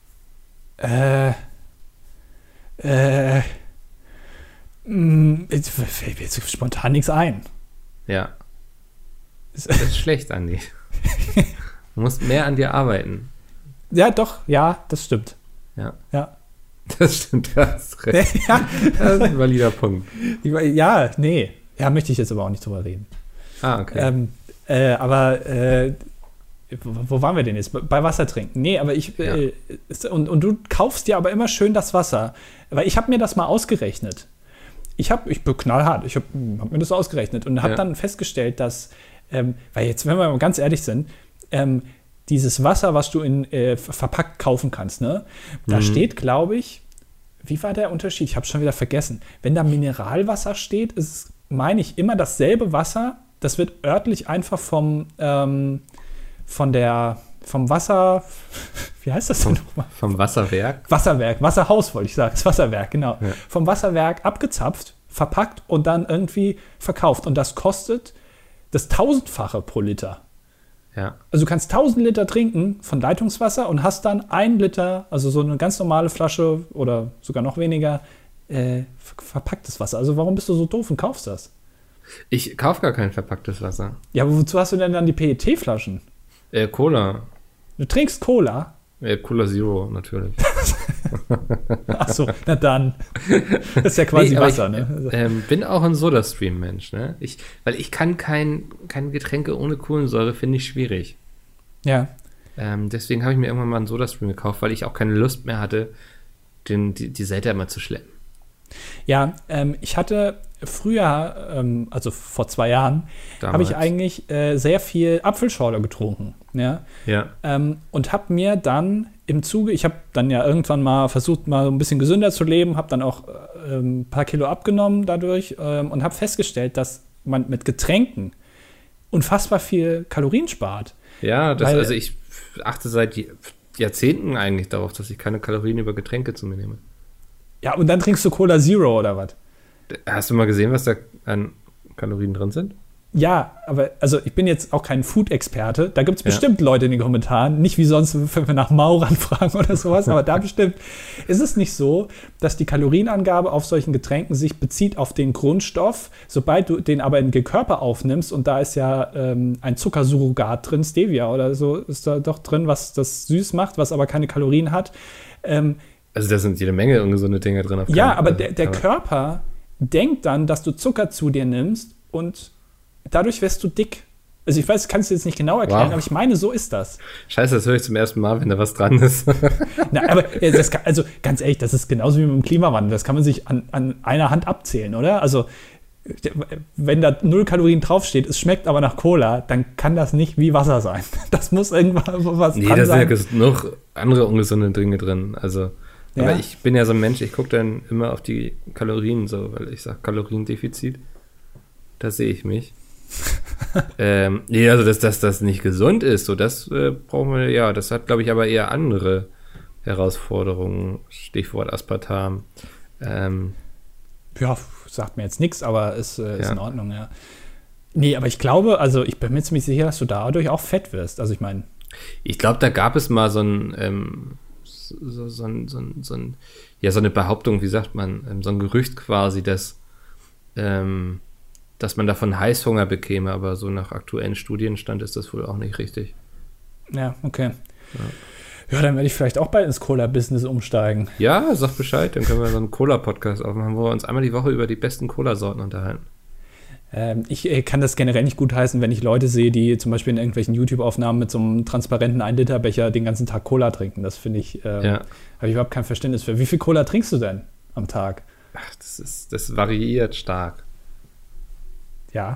Jetzt fällt mir jetzt spontan nichts ein. Ja. Das ist schlecht, Andi. Du musst mehr an dir arbeiten. Ja, doch, ja, das stimmt. Ja. Das stimmt, du hast recht. Ja. Das ist ein valider Punkt. Ja, nee. Ja, möchte ich jetzt aber auch nicht drüber reden. Okay. Wo waren wir denn jetzt? Bei Wasser trinken. Nee, aber und du kaufst dir aber immer schön das Wasser. Weil ich habe mir das mal ausgerechnet. Ich bin knallhart. Ich hab mir das ausgerechnet und habe dann festgestellt, dass, weil jetzt, wenn wir mal ganz ehrlich sind, dieses Wasser, was du verpackt kaufen kannst, ne? Da steht, glaube ich, wie war der Unterschied? Ich habe es schon wieder vergessen. Wenn da Mineralwasser steht, ist es, meine ich, immer dasselbe Wasser. Das wird örtlich einfach vom Wasser, wie heißt das denn nochmal? Vom Wasserwerk? Wasserhaus wollte ich sagen, das Wasserwerk, genau. Ja. Vom Wasserwerk abgezapft, verpackt und dann irgendwie verkauft. Und das kostet das 1000-fache pro Liter. Ja. Also du kannst 1000 Liter trinken von Leitungswasser und hast dann 1 Liter, also so eine ganz normale Flasche oder sogar noch weniger, verpacktes Wasser. Also warum bist du so doof und kaufst das? Ich kaufe gar kein verpacktes Wasser. Ja, aber wozu hast du denn dann die PET-Flaschen? Cola. Du trinkst Cola? Cola Zero, natürlich. Ach so, na dann. Das ist ja quasi Wasser, ne? Bin auch ein Soda-Stream-Mensch, ne? Weil ich kann kein Getränke ohne Kohlensäure, finde ich schwierig. Ja. Deswegen habe ich mir irgendwann mal einen Soda-Stream gekauft, weil ich auch keine Lust mehr hatte, die Selter immer zu schleppen. Ja, ich hatte früher, also vor 2 Jahren, habe ich eigentlich sehr viel Apfelschorle getrunken. Ja. Und habe mir dann im Zuge, ich habe dann ja irgendwann mal versucht, mal ein bisschen gesünder zu leben, habe dann auch ein paar Kilo abgenommen dadurch und habe festgestellt, dass man mit Getränken unfassbar viel Kalorien spart. Ja, also ich achte seit Jahrzehnten eigentlich darauf, dass ich keine Kalorien über Getränke zu mir nehme. Ja, und dann trinkst du Cola Zero oder was? Hast du mal gesehen, was da an Kalorien drin sind? Ja, aber also ich bin jetzt auch kein Food-Experte. Da gibt es bestimmt Leute in den Kommentaren, nicht wie sonst, wenn wir nach Maurern fragen oder sowas, aber da bestimmt ist es nicht so, dass die Kalorienangabe auf solchen Getränken sich bezieht auf den Grundstoff. Sobald du den aber in den Körper aufnimmst, und da ist ja ein Zuckersurrogat drin, Stevia oder so, ist da doch drin, was das süß macht, was aber keine Kalorien hat. Also da sind jede Menge ungesunde Dinge drin. Ja, aber der Körper denkt dann, dass du Zucker zu dir nimmst und dadurch wirst du dick. Also ich weiß, kannst du jetzt nicht genau erklären, aber ich meine, so ist das. Scheiße, das höre ich zum ersten Mal, wenn da was dran ist. Na, aber also ganz ehrlich, das ist genauso wie mit dem Klimawandel. Das kann man sich an einer Hand abzählen, oder? Also wenn da 0 Kalorien draufsteht, es schmeckt aber nach Cola, dann kann das nicht wie Wasser sein. Das muss irgendwas dran sein. Da sind ja noch andere ungesunde Dinge drin. Also, aber ich bin ja so ein Mensch, ich gucke dann immer auf die Kalorien so, weil ich sage Kaloriendefizit. Da sehe ich mich. Nee, also dass das nicht gesund ist, so das brauchen wir, das hat, glaube ich, aber eher andere Herausforderungen, Stichwort Aspartam. Ja, sagt mir jetzt nichts, aber ist in Ordnung, ja. Nee, aber ich glaube, also ich bin mir ziemlich sicher, dass du dadurch auch fett wirst. Also ich meine. Ich glaube, da gab es mal so eine Behauptung, wie sagt man, so ein Gerücht quasi, dass man davon Heißhunger bekäme, aber so nach aktuellen Studienstand ist das wohl auch nicht richtig. Ja, okay. Ja, dann werde ich vielleicht auch bald ins Cola-Business umsteigen. Ja, sag Bescheid, dann können wir so einen Cola-Podcast aufmachen, wo wir uns einmal die Woche über die besten Cola-Sorten unterhalten. Ich kann das generell nicht gutheißen, wenn ich Leute sehe, die zum Beispiel in irgendwelchen YouTube-Aufnahmen mit so einem transparenten 1-Liter-Becher den ganzen Tag Cola trinken. Das finde ich, habe ich überhaupt kein Verständnis für. Wie viel Cola trinkst du denn am Tag? Ach, das variiert stark. Ja.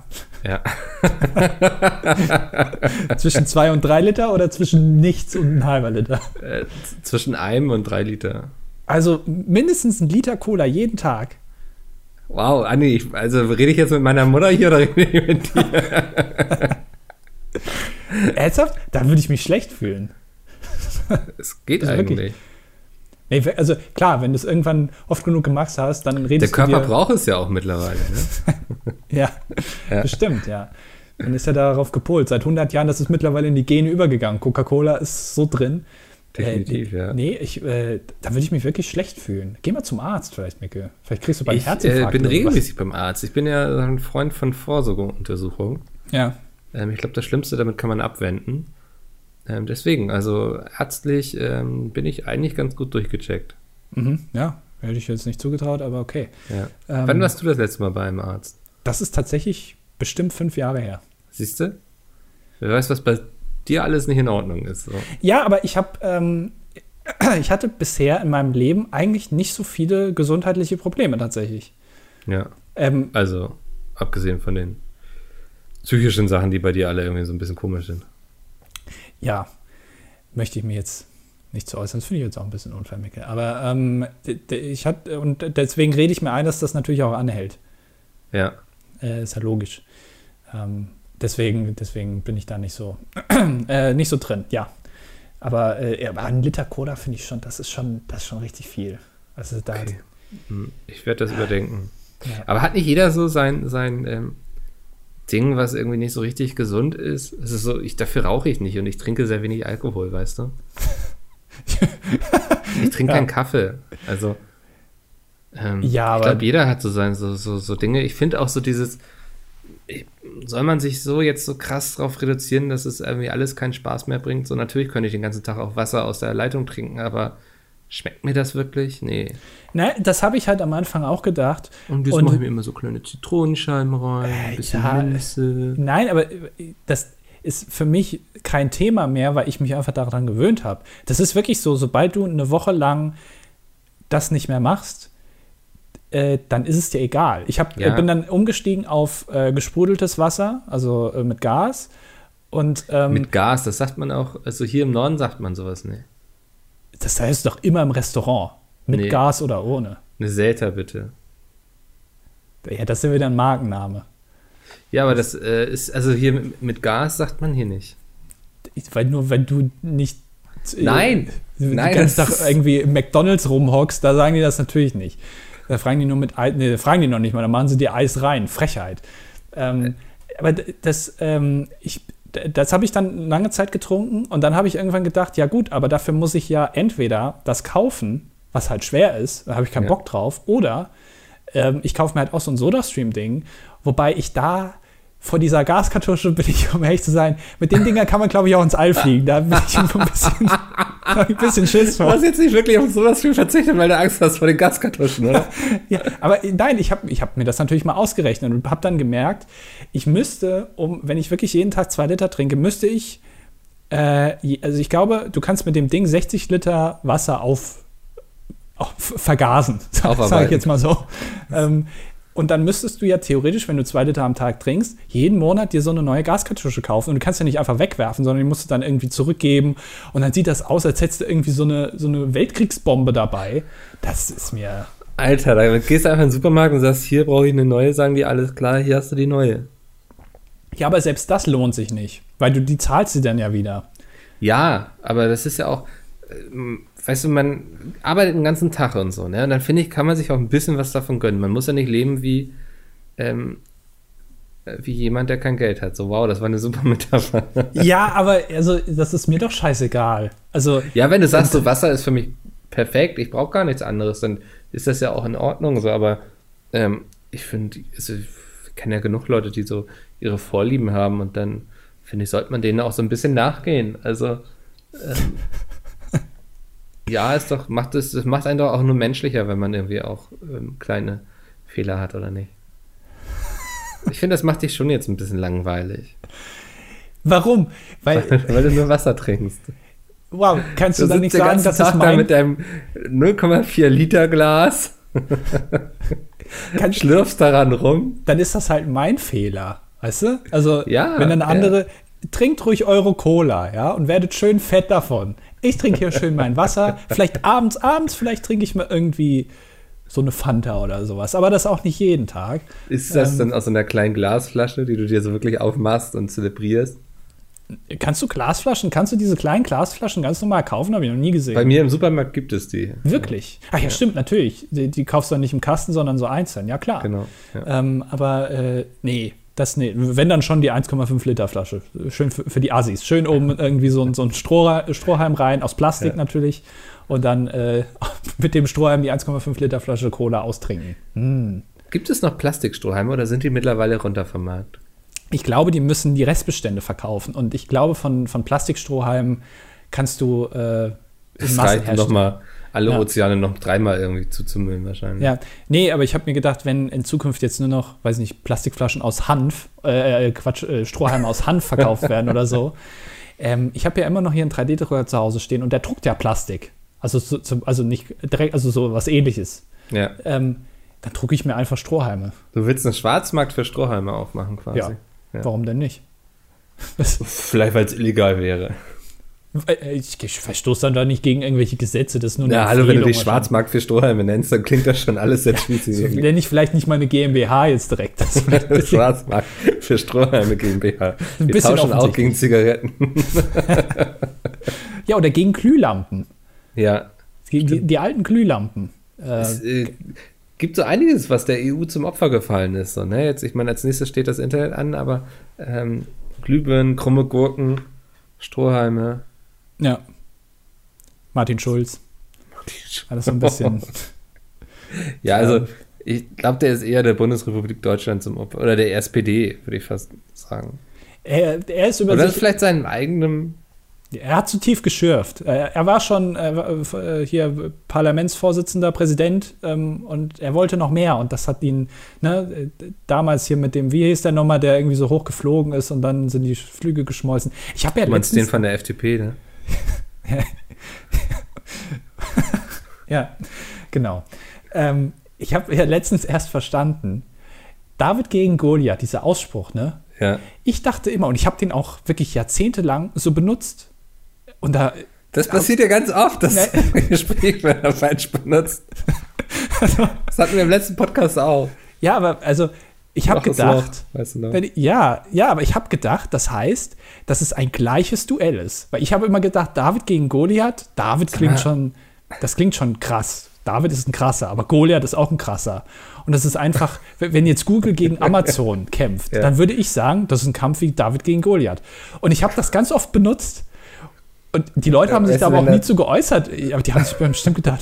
Zwischen 2 und 3 Liter oder zwischen nichts und 1,5 Liter? Zwischen 1 und 3 Liter. Also mindestens 1 Liter Cola jeden Tag. Wow, Andi, also rede ich jetzt mit meiner Mutter hier oder rede ich mit dir? Ernsthaft? Da würde ich mich schlecht fühlen. Es geht also eigentlich. Wirklich. Nee, also klar, wenn du es irgendwann oft genug gemacht hast, dann redest du. Der Körper braucht es ja auch mittlerweile, ne? ja, bestimmt, ja. Dann ist ja darauf gepolt. Seit 100 Jahren, das ist mittlerweile in die Gene übergegangen. Coca-Cola ist so drin. Definitiv, ja. Nee, da würde ich mich wirklich schlecht fühlen. Geh mal zum Arzt vielleicht, Micke. Vielleicht kriegst du beim Herzinfarkt. Ich bin regelmäßig beim Arzt. Ich bin ja ein Freund von Vorsorgeuntersuchungen. Ja. Ich glaube, das Schlimmste damit kann man abwenden. Deswegen, also ärztlich bin ich eigentlich ganz gut durchgecheckt. Ja, hätte ich jetzt nicht zugetraut, aber okay. Ja. Wann warst du das letzte Mal bei einem Arzt? Das ist tatsächlich bestimmt 5 Jahre her. Siehst du? Wer weiß, was bei dir alles nicht in Ordnung ist. So. Ja, aber ich hatte bisher in meinem Leben eigentlich nicht so viele gesundheitliche Probleme tatsächlich. Ja, also abgesehen von den psychischen Sachen, die bei dir alle irgendwie so ein bisschen komisch sind. Ja, möchte ich mir jetzt nicht zu äußern. Das finde ich jetzt auch ein bisschen unfair, Micke. Aber und deswegen rede ich mir ein, dass das natürlich auch anhält. Ja. Ist ja logisch. Deswegen bin ich da nicht so drin, ja. Aber 1 Liter Cola finde ich schon, das ist schon richtig viel. Also da okay. Ich werde das überdenken. Ja. Aber hat nicht jeder so sein Ding, was irgendwie nicht so richtig gesund ist? Es ist so, dafür rauche ich nicht und ich trinke sehr wenig Alkohol, weißt du? Ich trinke keinen Kaffee. Also ich glaube, jeder hat so Dinge. Ich finde auch so dieses, soll man sich so jetzt so krass drauf reduzieren, dass es irgendwie alles keinen Spaß mehr bringt? So, natürlich könnte ich den ganzen Tag auch Wasser aus der Leitung trinken, aber schmeckt mir das wirklich? Nee. Na, das habe ich halt am Anfang auch gedacht. Und jetzt mache ich mir immer so kleine Zitronenscheiben rein, ein bisschen Minze. Nein, aber das ist für mich kein Thema mehr, weil ich mich einfach daran gewöhnt habe. Das ist wirklich so, sobald du eine Woche lang das nicht mehr machst, dann ist es dir egal. Ich bin dann umgestiegen auf gesprudeltes Wasser, also mit Gas. Und, mit Gas, das sagt man auch, also hier im Norden sagt man sowas nicht. Das heißt doch immer im Restaurant. Mit Gas oder ohne. Eine Selter, bitte. Ja, das ist ja wieder ein Markenname. Ja, aber das ist, also hier mit Gas sagt man hier nicht. Weil nur, wenn du nicht Nein, den ganzen Tag irgendwie im McDonalds rumhockst, da sagen die das natürlich nicht. Da fragen die nur mit Eis, fragen die noch nicht mal, da machen sie dir Eis rein. Frechheit. Aber das habe ich dann lange Zeit getrunken und dann habe ich irgendwann gedacht, ja gut, aber dafür muss ich ja entweder das kaufen, was halt schwer ist, da habe ich keinen Bock drauf, oder ich kaufe mir halt auch so ein Sodastream-Ding, wobei ich da vor dieser Gaskartusche bin ich, um ehrlich zu sein, mit den Dingern kann man, glaube ich, auch ins All fliegen. Da bin ich ein bisschen Schiss vor. Du hast jetzt nicht wirklich auf sowas verzichtet, weil du Angst hast vor den Gaskartuschen, oder? Ja, aber nein, ich hab mir das natürlich mal ausgerechnet und habe dann gemerkt, ich müsste, wenn ich wirklich jeden Tag 2 Liter trinke, müsste ich, also ich glaube, du kannst mit dem Ding 60 Liter Wasser vergasen, sage ich jetzt mal so. Und dann müsstest du ja theoretisch, wenn du 2 Liter am Tag trinkst, jeden Monat dir so eine neue Gaskartusche kaufen. Und du kannst ja nicht einfach wegwerfen, sondern die musst du dann irgendwie zurückgeben. Und dann sieht das aus, als hättest du irgendwie so eine Weltkriegsbombe dabei. Das ist mir... Alter, da gehst du einfach in den Supermarkt und sagst, hier brauche ich eine neue, sagen die, alles klar, hier hast du die neue. Ja, aber selbst das lohnt sich nicht, weil die zahlst sie dann ja wieder. Ja, aber das ist ja auch... Weißt du, man arbeitet den ganzen Tag und so, ne? Und dann finde ich, kann man sich auch ein bisschen was davon gönnen. Man muss ja nicht leben wie jemand, der kein Geld hat. So, wow, das war eine super Metapher. Ja, aber also, das ist mir doch scheißegal. Also, ja, wenn du sagst, so Wasser ist für mich perfekt, ich brauche gar nichts anderes, dann ist das ja auch in Ordnung. So, aber ich finde, also, ich kenne ja genug Leute, die so ihre Vorlieben haben und dann, finde ich, sollte man denen auch so ein bisschen nachgehen. Also, ja, das macht einen doch auch nur menschlicher, wenn man irgendwie auch kleine Fehler hat, oder nicht? Ich finde, das macht dich schon jetzt ein bisschen langweilig. Warum? Weil du nur Wasser trinkst. Wow, kannst du dann nicht sagen, dass es da mit deinem 0,4 Liter Glas schlürfst daran rum. Dann ist das halt mein Fehler, weißt du? Also, ja, wenn eine andere... Trinkt ruhig eure Cola, ja, und werdet schön fett davon. Ich trinke hier schön mein Wasser. Vielleicht abends vielleicht trinke ich mal irgendwie so eine Fanta oder sowas. Aber das auch nicht jeden Tag. Ist das dann aus so einer kleinen Glasflasche, die du dir so wirklich aufmachst und zelebrierst? Kannst du diese kleinen Glasflaschen ganz normal kaufen? Habe ich noch nie gesehen. Bei mir im Supermarkt gibt es die. Wirklich? Ach ja, stimmt, natürlich. Die kaufst du dann nicht im Kasten, sondern so einzeln. Ja, klar. Genau. Ja. Aber nee. Wenn dann schon die 1,5 Liter Flasche. Schön für die Assis. Schön oben irgendwie so ein Strohhalm rein, aus Plastik natürlich. Und dann mit dem Strohhalm die 1,5 Liter Flasche Cola austrinken. Gibt es noch Plastikstrohhalme oder sind die mittlerweile runter vom Markt? Ich glaube, die müssen die Restbestände verkaufen. Und ich glaube, von Plastikstrohhalmen kannst du in Massen herstellen. Nochmal alle Ozeane noch 3-mal irgendwie zuzumüllen wahrscheinlich. Ja, nee, aber ich habe mir gedacht, wenn in Zukunft jetzt nur noch, weiß nicht, Plastikflaschen aus Hanf, Strohhalme aus Hanf verkauft werden oder so. Ich habe ja immer noch hier einen 3D-Drucker zu Hause stehen und der druckt ja Plastik. Also nicht direkt, also so was Ähnliches. Ja. Dann drucke ich mir einfach Strohhalme. Du willst einen Schwarzmarkt für Strohhalme aufmachen quasi. Ja. Warum denn nicht? Vielleicht, weil es illegal wäre. Ich verstoße dann da nicht gegen irgendwelche Gesetze, das ist nur eine Empfehlung. Wenn du dich Schwarzmarkt für Strohhalme nennst, dann klingt das schon alles sehr schließlich. So nenne ich vielleicht nicht mal eine GmbH jetzt direkt. Schwarzmarkt für Strohhalme GmbH. Wir tauschen auch gegen Zigaretten. Ja, oder gegen Glühlampen. Ja. Die alten Glühlampen. Es gibt so einiges, was der EU zum Opfer gefallen ist. So, ne? Jetzt, ich meine, als nächstes steht das Internet an, aber Glühbirnen, krumme Gurken, Strohhalme. Ja. Martin Schulz. Alles so ein bisschen. Ja, also ich glaube, der ist eher der Bundesrepublik Deutschland zum Opfer. Oder der SPD, würde ich fast sagen. Er ist über Oder vielleicht seinem eigenen. Er hat zu tief geschürft. Er war schon hier Parlamentsvorsitzender, Präsident und er wollte noch mehr. Und das hat ihn damals hier mit dem, wie hieß der nochmal, der irgendwie so hoch geflogen ist und dann sind die Flüge geschmolzen. Ich habe ja du meinst den von der FDP, ne? Ja, genau. Ich habe ja letztens erst verstanden, David gegen Goliath, dieser Ausspruch, ne? Ja. Ich dachte immer, und ich habe den auch wirklich jahrzehntelang so benutzt. Und das passiert ja ganz oft, dass Gesprächswörter falsch benutzt. Das hatten wir im letzten Podcast auch. Ja, aber also ich habe gedacht, weißt du noch? aber ich habe gedacht, das heißt, dass es ein gleiches Duell ist. Weil ich habe immer gedacht, David gegen Goliath, das klingt schon krass. David ist ein krasser, aber Goliath ist auch ein krasser. Und das ist einfach, wenn jetzt Google gegen Amazon kämpft, dann würde ich sagen, das ist ein Kampf wie David gegen Goliath. Und ich habe das ganz oft benutzt. Und die Leute haben sich da aber auch nie zu geäußert. Aber die haben sich bestimmt gedacht,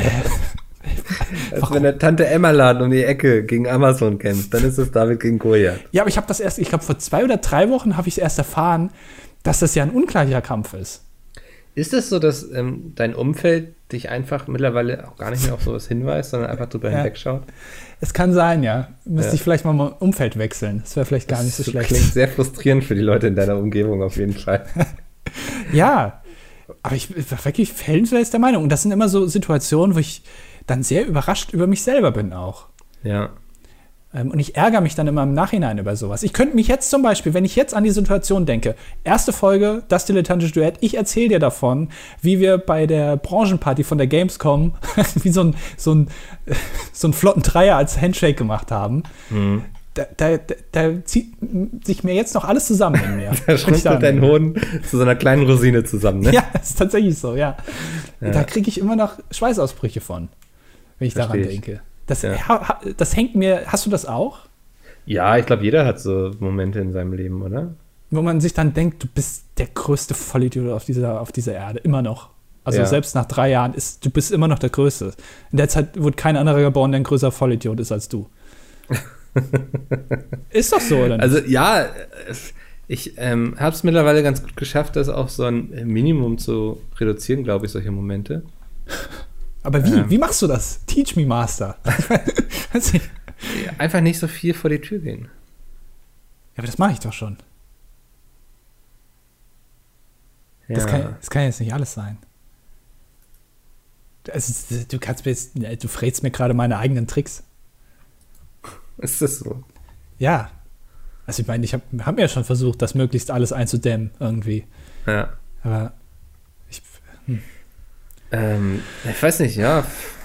wenn der Tante Emma-Laden um die Ecke gegen Amazon kämpft, dann ist es David gegen Goliath. Ja, aber ich habe das erst, ich glaube vor 2 oder 3 Wochen habe ich es erst erfahren, dass das ja ein ungleicher Kampf ist. Ist es so, dass dein Umfeld dich einfach mittlerweile auch gar nicht mehr auf sowas hinweist, sondern einfach drüber hinwegschaut? Es kann sein, ja. Müsste ich vielleicht mal mein Umfeld wechseln. Das wäre vielleicht gar nicht so schlecht. Das klingt sehr frustrierend für die Leute in deiner Umgebung auf jeden Fall. Ja, aber ich bin wirklich felsenfest der Meinung. Und das sind immer so Situationen, wo ich dann sehr überrascht über mich selber bin auch. Ja. Und ich ärgere mich dann immer im Nachhinein über sowas. Ich könnte mich jetzt zum Beispiel, wenn ich jetzt an die Situation denke, erste Folge, das dilettantische Duett, ich erzähle dir davon, wie wir bei der Branchenparty von der Gamescom wie so einen flotten Dreier als Handshake gemacht haben. Mhm. Da zieht sich mir jetzt noch alles zusammen in mir. Da schrumpft dein Hohn zu so einer kleinen Rosine zusammen, ne? Ja, das ist tatsächlich so, ja. Da kriege ich immer noch Schweißausbrüche von, wenn ich daran denke. Das hängt mir, hast du das auch? Ja, ich glaube, jeder hat so Momente in seinem Leben, oder? Wo man sich dann denkt, du bist der größte Vollidiot auf dieser Erde, immer noch. Also selbst nach 3 Jahren, du bist immer noch der Größte. In der Zeit wurde kein anderer geboren, der ein größer Vollidiot ist als du. Ist doch so, oder nicht? Also ja, ich habe es mittlerweile ganz gut geschafft, das auf so ein Minimum zu reduzieren, glaube ich, solche Momente. Aber wie? Wie machst du das? Teach me, Master. Einfach nicht so viel vor die Tür gehen. Ja, aber das mache ich doch schon. Ja. Das kann jetzt nicht alles sein. Also, du verrätst mir gerade meine eigenen Tricks. Ist das so? Ja. Also ich meine, ich hab ja schon versucht, das möglichst alles einzudämmen irgendwie. Ja. Aber ich weiß nicht, ja.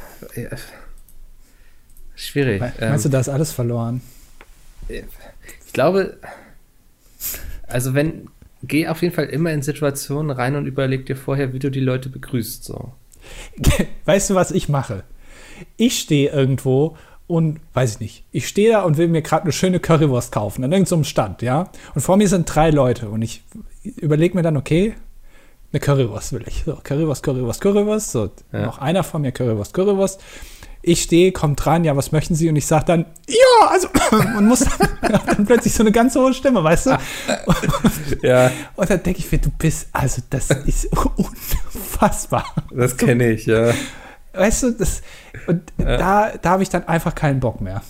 Schwierig. Meinst du, da ist alles verloren? Ich glaube, also geh auf jeden Fall immer in Situationen rein und überleg dir vorher, wie du die Leute begrüßt, so. Weißt du, was ich mache? Ich stehe irgendwo und, weiß ich nicht, ich stehe da und will mir gerade eine schöne Currywurst kaufen, an irgendeinem Stand, ja? Und vor mir sind 3 Leute und ich überlege mir dann, okay, eine Currywurst will ich. So, Currywurst. So, noch einer vor mir, Currywurst. Ich stehe, kommt dran, ja, was möchten Sie? Und ich sage dann, ja, also, man muss dann plötzlich so eine ganz hohe Stimme, weißt du? Ja. Und dann denke ich mir, das ist unfassbar. Das kenne ich, ja. Weißt du, da habe ich dann einfach keinen Bock mehr.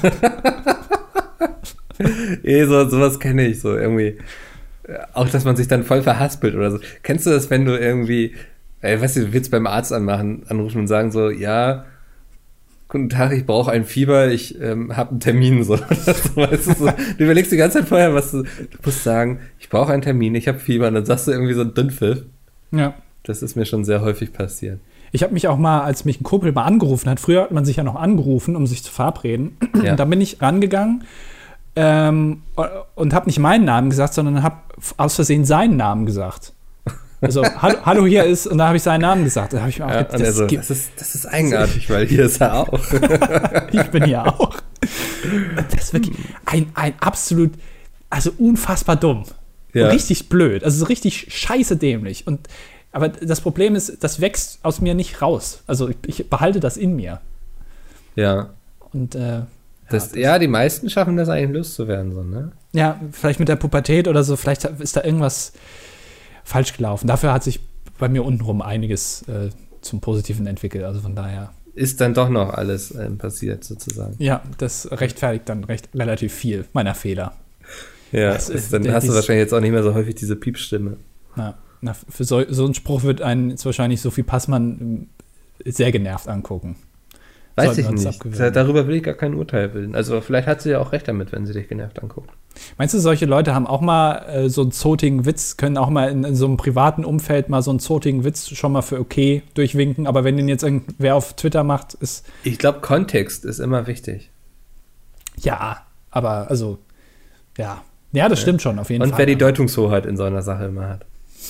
Sowas kenne ich so irgendwie. Auch, dass man sich dann voll verhaspelt oder so. Kennst du das, wenn du irgendwie, weißt du willst beim Arzt anrufen und sagen so, ja, guten Tag, ich brauche ein Fieber, ich habe einen Termin. So. Weißt du, so. Du überlegst die ganze Zeit vorher, du musst sagen, ich brauche einen Termin, ich habe Fieber und dann sagst du irgendwie so einen Dünnpfiff. Ja. Das ist mir schon sehr häufig passiert. Ich habe mich auch mal, als mich ein Kumpel mal angerufen hat, früher hat man sich ja noch angerufen, um sich zu verabreden. Ja. Und da bin ich rangegangen und habe nicht meinen Namen gesagt, sondern habe aus Versehen seinen Namen gesagt. Also, hallo, hier ist, und da habe ich seinen Namen gesagt. Da habe ich mir auch gedacht, das ist eigenartig, weil hier ist er auch. Ich bin hier auch. Das ist wirklich ein absolut, also unfassbar dumm. Ja. Richtig blöd, also so richtig scheiße dämlich. Aber das Problem ist, das wächst aus mir nicht raus. Also ich behalte das in mir. Ja. Und die meisten schaffen das eigentlich loszuwerden, so, ne? Ja, vielleicht mit der Pubertät oder so, vielleicht ist da irgendwas falsch gelaufen. Dafür hat sich bei mir untenrum einiges zum Positiven entwickelt. Also von daher. Ist dann doch noch alles passiert, sozusagen. Ja, das rechtfertigt dann relativ viel meiner Fehler. Ja, dann hast du wahrscheinlich jetzt auch nicht mehr so häufig diese Piepstimme. Für so einen Spruch wird einen jetzt wahrscheinlich Sophie Passmann sehr genervt angucken. Weiß ich nicht. Darüber will ich gar kein Urteil bilden. Also vielleicht hat sie ja auch recht damit, wenn sie dich genervt anguckt. Meinst du, solche Leute haben auch mal so einen zotigen Witz, können auch mal in so einem privaten Umfeld mal so einen zotigen Witz schon mal für okay durchwinken, aber wenn den jetzt irgendwer auf Twitter macht, ist... Ich glaube, Kontext ist immer wichtig. Ja, aber also, ja. Ja, das stimmt schon, auf jeden Fall. Und wer die Deutungshoheit in so einer Sache immer hat.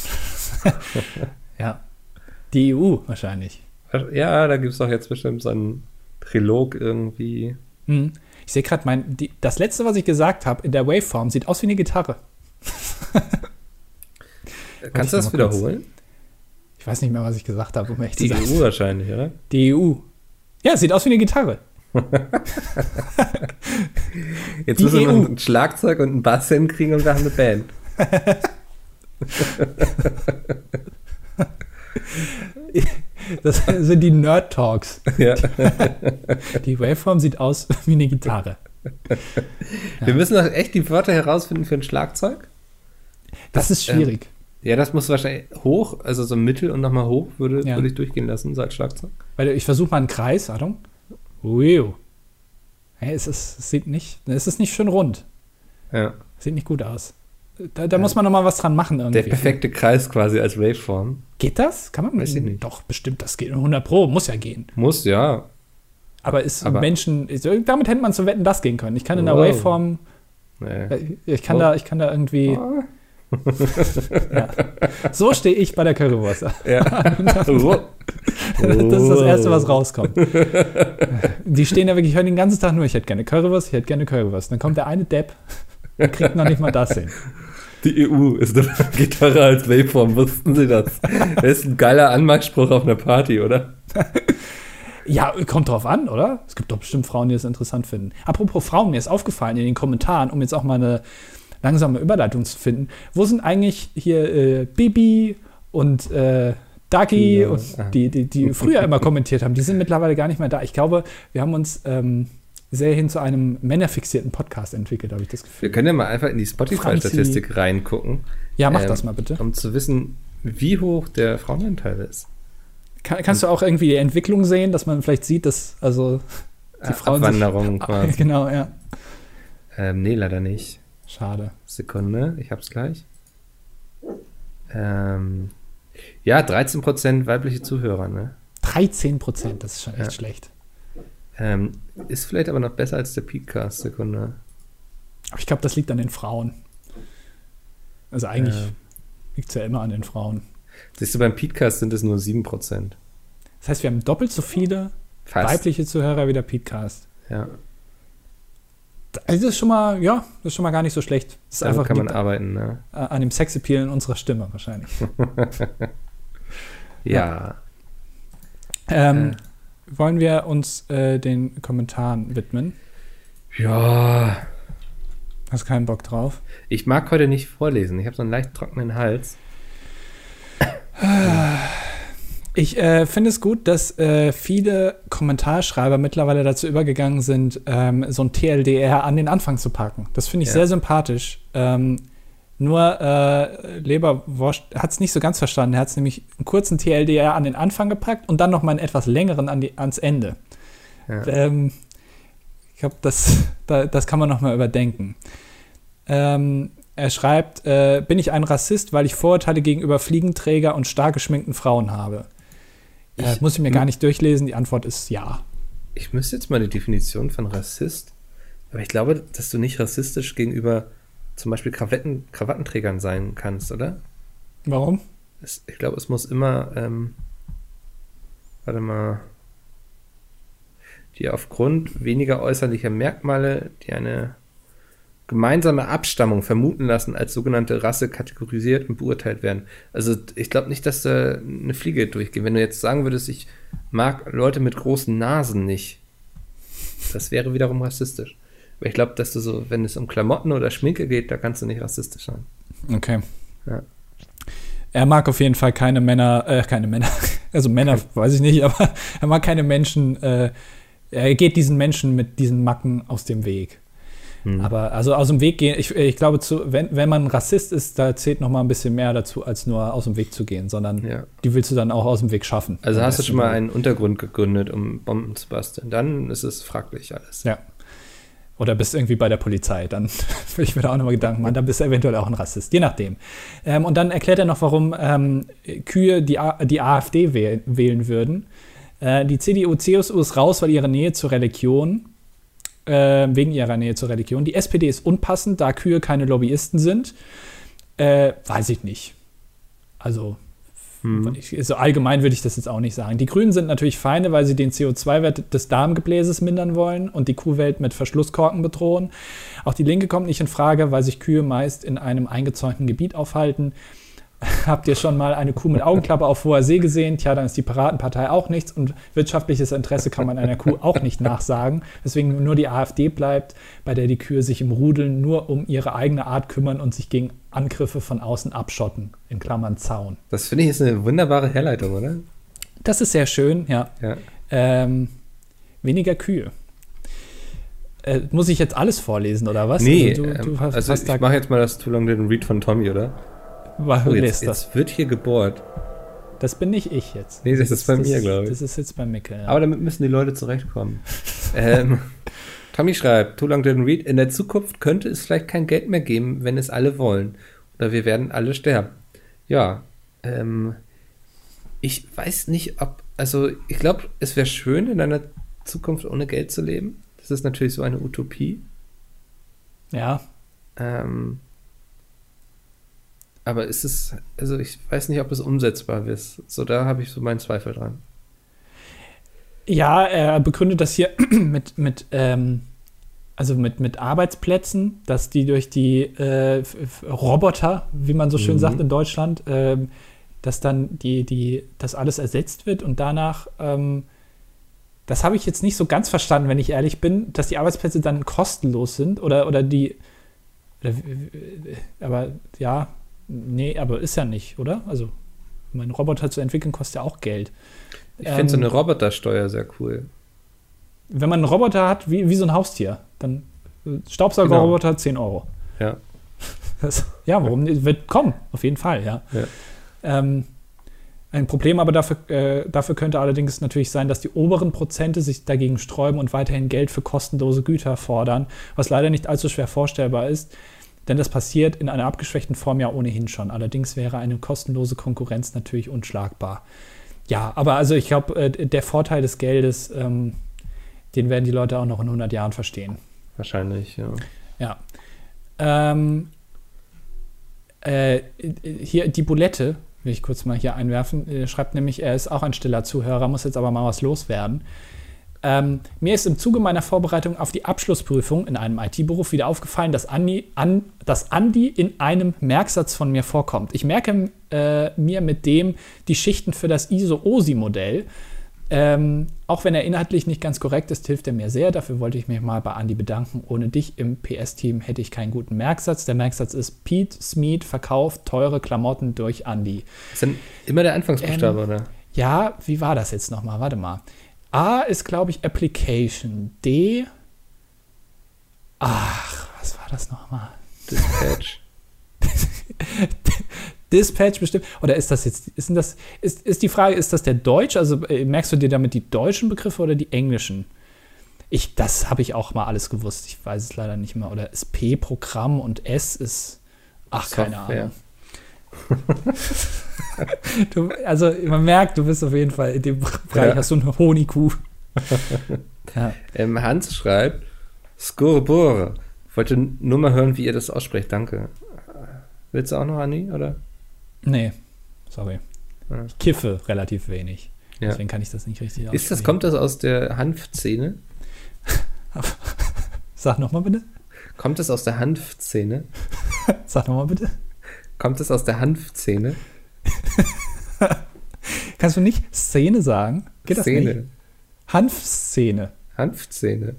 Ja, die EU wahrscheinlich. Ja, da gibt es doch jetzt bestimmt so einen Trilog irgendwie. Ich sehe gerade, das letzte, was ich gesagt habe, in der Waveform, sieht aus wie eine Gitarre. Kannst du das wiederholen? Ich weiß nicht mehr, was ich gesagt habe, um echt zu sagen. Die EU wahrscheinlich, oder? Die EU. Ja, es sieht aus wie eine Gitarre. Jetzt müssen wir noch ein Schlagzeug und einen Bass hinkriegen und wir haben eine Band. Das sind die Nerd-Talks. Ja. Die Waveform sieht aus wie eine Gitarre. Wir müssen doch echt die Wörter herausfinden für ein Schlagzeug. Das ist schwierig. Ja, das muss wahrscheinlich hoch, also so mittel und nochmal hoch würde ich durchgehen lassen, so als Schlagzeug. Weil ich versuche mal einen Kreis, Achtung. Wow. Hey, es ist nicht schön rund. Ja. Sieht nicht gut aus. Da muss man noch mal was dran machen irgendwie. Der perfekte Kreis quasi als Waveform. Geht das? Kann man? Weiß ich nicht. Doch, bestimmt, das geht. 100 Pro, muss ja gehen. Muss, ja. Aber Menschen, damit hätte man zu Wetten, das gehen können. Ich kann in der Waveform, ich kann da irgendwie, ja. So stehe ich bei der Currywurst. Ja. Das ist das Erste, was rauskommt. Die stehen da wirklich, hören den ganzen Tag nur, ich hätte gerne Currywurst. Dann kommt der eine Depp und kriegt noch nicht mal das hin. Die EU ist eine Gitarre als Waveform, wussten Sie das? Das ist ein geiler Anmachspruch auf einer Party, oder? Ja, kommt drauf an, oder? Es gibt doch bestimmt Frauen, die das interessant finden. Apropos Frauen, mir ist aufgefallen in den Kommentaren, um jetzt auch mal eine langsame Überleitung zu finden, wo sind eigentlich hier Bibi und Dagi und die früher immer kommentiert haben, die sind mittlerweile gar nicht mehr da. Ich glaube, wir haben uns sehr hin zu einem männerfixierten Podcast entwickelt, habe ich das Gefühl. Wir können ja mal einfach in die Spotify-Statistik reingucken. Ja, mach das mal bitte. Um zu wissen, wie hoch der Frauenanteil ist. Kannst du auch irgendwie die Entwicklung sehen, dass man vielleicht sieht, dass also die Frauen Abwanderung quasi. Genau, ja. Nee, leider nicht. Schade. Sekunde, ich hab's gleich. Ja, 13% weibliche Zuhörer, ne? 13%, das ist schon echt schlecht. Ist vielleicht aber noch besser als der Peatcast, Sekunde. Aber ich glaube, das liegt an den Frauen. Also eigentlich liegt es ja immer an den Frauen. Siehst du, beim Peatcast sind es nur 7%. Das heißt, wir haben doppelt so viele weibliche Zuhörer wie der Peatcast. Ja. Also das ist schon mal gar nicht so schlecht. Das ist einfach kann man arbeiten, ne? An dem Sexappeal in unserer Stimme wahrscheinlich. Ja. Wollen wir uns den Kommentaren widmen? Ja. Hast keinen Bock drauf? Ich mag heute nicht vorlesen. Ich habe so einen leicht trockenen Hals. Ich finde es gut, dass viele Kommentarschreiber mittlerweile dazu übergegangen sind, so ein TLDR an den Anfang zu packen. Das finde ich sehr sympathisch. Nur Leberwurst hat es nicht so ganz verstanden. Er hat es nämlich einen kurzen TLDR an den Anfang gepackt und dann noch mal einen etwas längeren ans Ende. Ja. Ich glaube, das kann man noch mal überdenken. Er schreibt, bin ich ein Rassist, weil ich Vorurteile gegenüber Fliegenträger und stark geschminkten Frauen habe? Muss ich mir gar nicht durchlesen. Die Antwort ist ja. Ich müsste jetzt mal die Definition von Rassist, aber ich glaube, dass du nicht rassistisch gegenüber zum Beispiel Krawattenträgern sein kannst, oder? Warum? Ich glaube, es muss immer, die aufgrund weniger äußerlicher Merkmale, die eine gemeinsame Abstammung vermuten lassen, als sogenannte Rasse kategorisiert und beurteilt werden. Also ich glaube nicht, dass da eine Fliege durchgeht. Wenn du jetzt sagen würdest, ich mag Leute mit großen Nasen nicht, das wäre wiederum rassistisch. Aber ich glaube, dass du so, wenn es um Klamotten oder Schminke geht, da kannst du nicht rassistisch sein. Okay. Ja. Er mag auf jeden Fall keine Männer, also Männer weiß ich nicht, aber er mag keine Menschen, er geht diesen Menschen mit diesen Macken aus dem Weg. Aber also aus dem Weg gehen, ich glaube, wenn man Rassist ist, da zählt noch mal ein bisschen mehr dazu, als nur aus dem Weg zu gehen, sondern die willst du dann auch aus dem Weg schaffen. Also hast du schon mal einen Untergrund gegründet, um Bomben zu basteln, dann ist es fraglich alles. Ja. Oder bist irgendwie bei der Polizei, dann würde ich mir da auch nochmal Gedanken machen, dann bist du eventuell auch ein Rassist, je nachdem. Und dann erklärt er noch, warum Kühe die AfD wählen würden. Die CDU-CSU ist raus, weil ihre Nähe zur Religion, wegen ihrer Nähe zur Religion. Die SPD ist unpassend, da Kühe keine Lobbyisten sind. Weiß ich nicht. Also, so allgemein würde ich das jetzt auch nicht sagen. Die Grünen sind natürlich Feinde, weil sie den CO2-Wert des Darmgebläses mindern wollen und die Kuhwelt mit Verschlusskorken bedrohen. Auch die Linke kommt nicht in Frage, weil sich Kühe meist in einem eingezäunten Gebiet aufhalten. Habt ihr schon mal eine Kuh mit Augenklappe auf hoher See gesehen? Tja, dann ist die Piratenpartei auch nichts und wirtschaftliches Interesse kann man einer Kuh auch nicht nachsagen. Deswegen nur die AfD bleibt, bei der die Kühe sich im Rudeln nur um ihre eigene Art kümmern und sich gegen Angriffe von außen abschotten, in Klammern Zaun. Das finde ich ist eine wunderbare Herleitung, oder? Das ist sehr schön, ja. Weniger Kühe. Muss ich jetzt alles vorlesen, oder was? Nee, also ich mache jetzt mal das Too Long Didn't Read von Tommy, oder? Jetzt wird hier gebohrt. Das bin nicht ich jetzt. Nee, das ist bei mir, glaube ich. Das ist jetzt bei Mickel. Ja. Aber damit müssen die Leute zurechtkommen. Tommy schreibt, Too Long Didn't Read, in der Zukunft könnte es vielleicht kein Geld mehr geben, wenn es alle wollen. Oder wir werden alle sterben. Ja, ich weiß nicht, also ich glaube, es wäre schön, in einer Zukunft ohne Geld zu leben. Das ist natürlich so eine Utopie. Ja. Aber ist es, also ich weiß nicht, ob es umsetzbar ist. So, da habe ich so meinen Zweifel dran. Ja, er begründet das hier mit Arbeitsplätzen, dass die durch die Roboter, wie man so schön sagt in Deutschland, dass dann das alles ersetzt wird und danach, das habe ich jetzt nicht so ganz verstanden, wenn ich ehrlich bin, dass die Arbeitsplätze dann kostenlos sind aber ja, nee, aber ist ja nicht, oder? Also, einen Roboter zu entwickeln, kostet ja auch Geld. Ich finde so eine Robotersteuer sehr cool. Wenn man einen Roboter hat, wie so ein Haustier, dann Staubsaugerroboter 10 Euro. Ja. Warum? Wird kommen, auf jeden Fall, ja. Ein Problem aber dafür könnte allerdings natürlich sein, dass die oberen Prozente sich dagegen sträuben und weiterhin Geld für kostenlose Güter fordern, was leider nicht allzu schwer vorstellbar ist. Denn das passiert in einer abgeschwächten Form ja ohnehin schon. Allerdings wäre eine kostenlose Konkurrenz natürlich unschlagbar. Ja, aber also ich glaube, der Vorteil des Geldes, den werden die Leute auch noch in 100 Jahren verstehen. Wahrscheinlich, ja. Ja. Hier die Bulette, will ich kurz mal hier einwerfen, schreibt nämlich, er ist auch ein stiller Zuhörer, muss jetzt aber mal was loswerden. Mir ist im Zuge meiner Vorbereitung auf die Abschlussprüfung in einem IT-Beruf wieder aufgefallen, dass Andi in einem Merksatz von mir vorkommt. Ich merke mir mit dem die Schichten für das ISO-OSI-Modell. Auch wenn er inhaltlich nicht ganz korrekt ist, hilft er mir sehr. Dafür wollte ich mich mal bei Andi bedanken. Ohne dich im PS-Team hätte ich keinen guten Merksatz. Der Merksatz ist Pete Smeed verkauft teure Klamotten durch Andi. Das ist dann immer der Anfangsbuchstabe, oder? Ja, wie war das jetzt nochmal? Warte mal. A ist, glaube ich, Application. D. Ach, was war das nochmal? Dispatch. Dispatch bestimmt. Oder ist das jetzt, ist die Frage, ist das der Deutsch? Also merkst du dir damit die deutschen Begriffe oder die englischen? Das habe ich auch mal alles gewusst. Ich weiß es leider nicht mehr. Oder ist P Programm und S ist, keine Ahnung. Also man merkt, du bist auf jeden Fall in dem Bereich, hast du eine Honigkuh. Ja. Hans schreibt, Skorbore. Wollte nur mal hören, wie ihr das aussprecht. Danke. Willst du auch noch, Andi, oder? Nee, sorry. Ja. Ich kiffe relativ wenig. Ja. Deswegen kann ich das nicht richtig aussprechen. Kommt das aus der Hanfszene? Sag nochmal bitte. Kommt es aus der Hanfszene? Sag nochmal bitte. Kommt es aus der Hanfszene? Kannst du nicht Szene sagen? Geht das Szene. Nicht? Hanfszene. Hanfszene.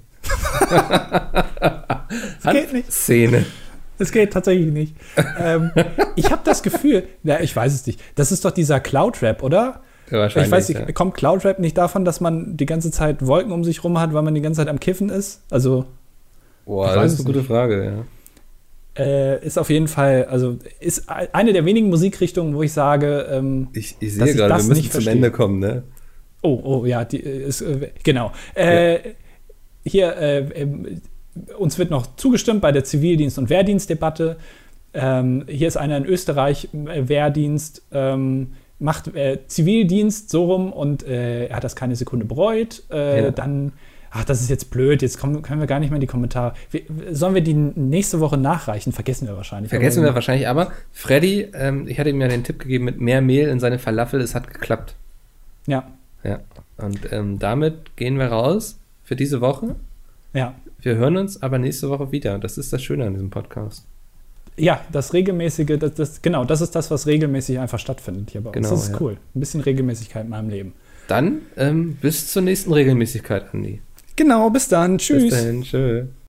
Das geht nicht. Szene. Das geht tatsächlich nicht. Ich habe das Gefühl, ich weiß es nicht, das ist doch dieser Cloud-Rap, oder? Ja, wahrscheinlich, ich weiß nicht, kommt Cloud-Rap nicht davon, dass man die ganze Zeit Wolken um sich rum hat, weil man die ganze Zeit am Kiffen ist? Also Boah, das ist eine gute Frage, ja. Ist auf jeden Fall, also ist eine der wenigen Musikrichtungen, wo ich sage, ich sehe gerade, wir müssen zum Ende kommen, ne? Oh, ja, die ist, genau. Hier, uns wird noch zugestimmt bei der Zivildienst- und Wehrdienstdebatte. Hier ist einer in Österreich, Wehrdienst, macht Zivildienst so rum und er hat das keine Sekunde bereut. Dann, das ist jetzt blöd, jetzt können wir gar nicht mehr in die Kommentare. Sollen wir die nächste Woche nachreichen? Vergessen wir wahrscheinlich. Aber Freddy, ich hatte ihm ja den Tipp gegeben, mit mehr Mehl in seine Falafel, es hat geklappt. Ja. Und damit gehen wir raus für diese Woche. Ja. Wir hören uns aber nächste Woche wieder. Das ist das Schöne an diesem Podcast. Ja, das Regelmäßige, das ist das, was regelmäßig einfach stattfindet hier bei uns. Das ist cool. Ein bisschen Regelmäßigkeit in meinem Leben. Dann bis zur nächsten Regelmäßigkeit, Andi. Genau, bis dann. Tschüss. Bis dahin, tschö.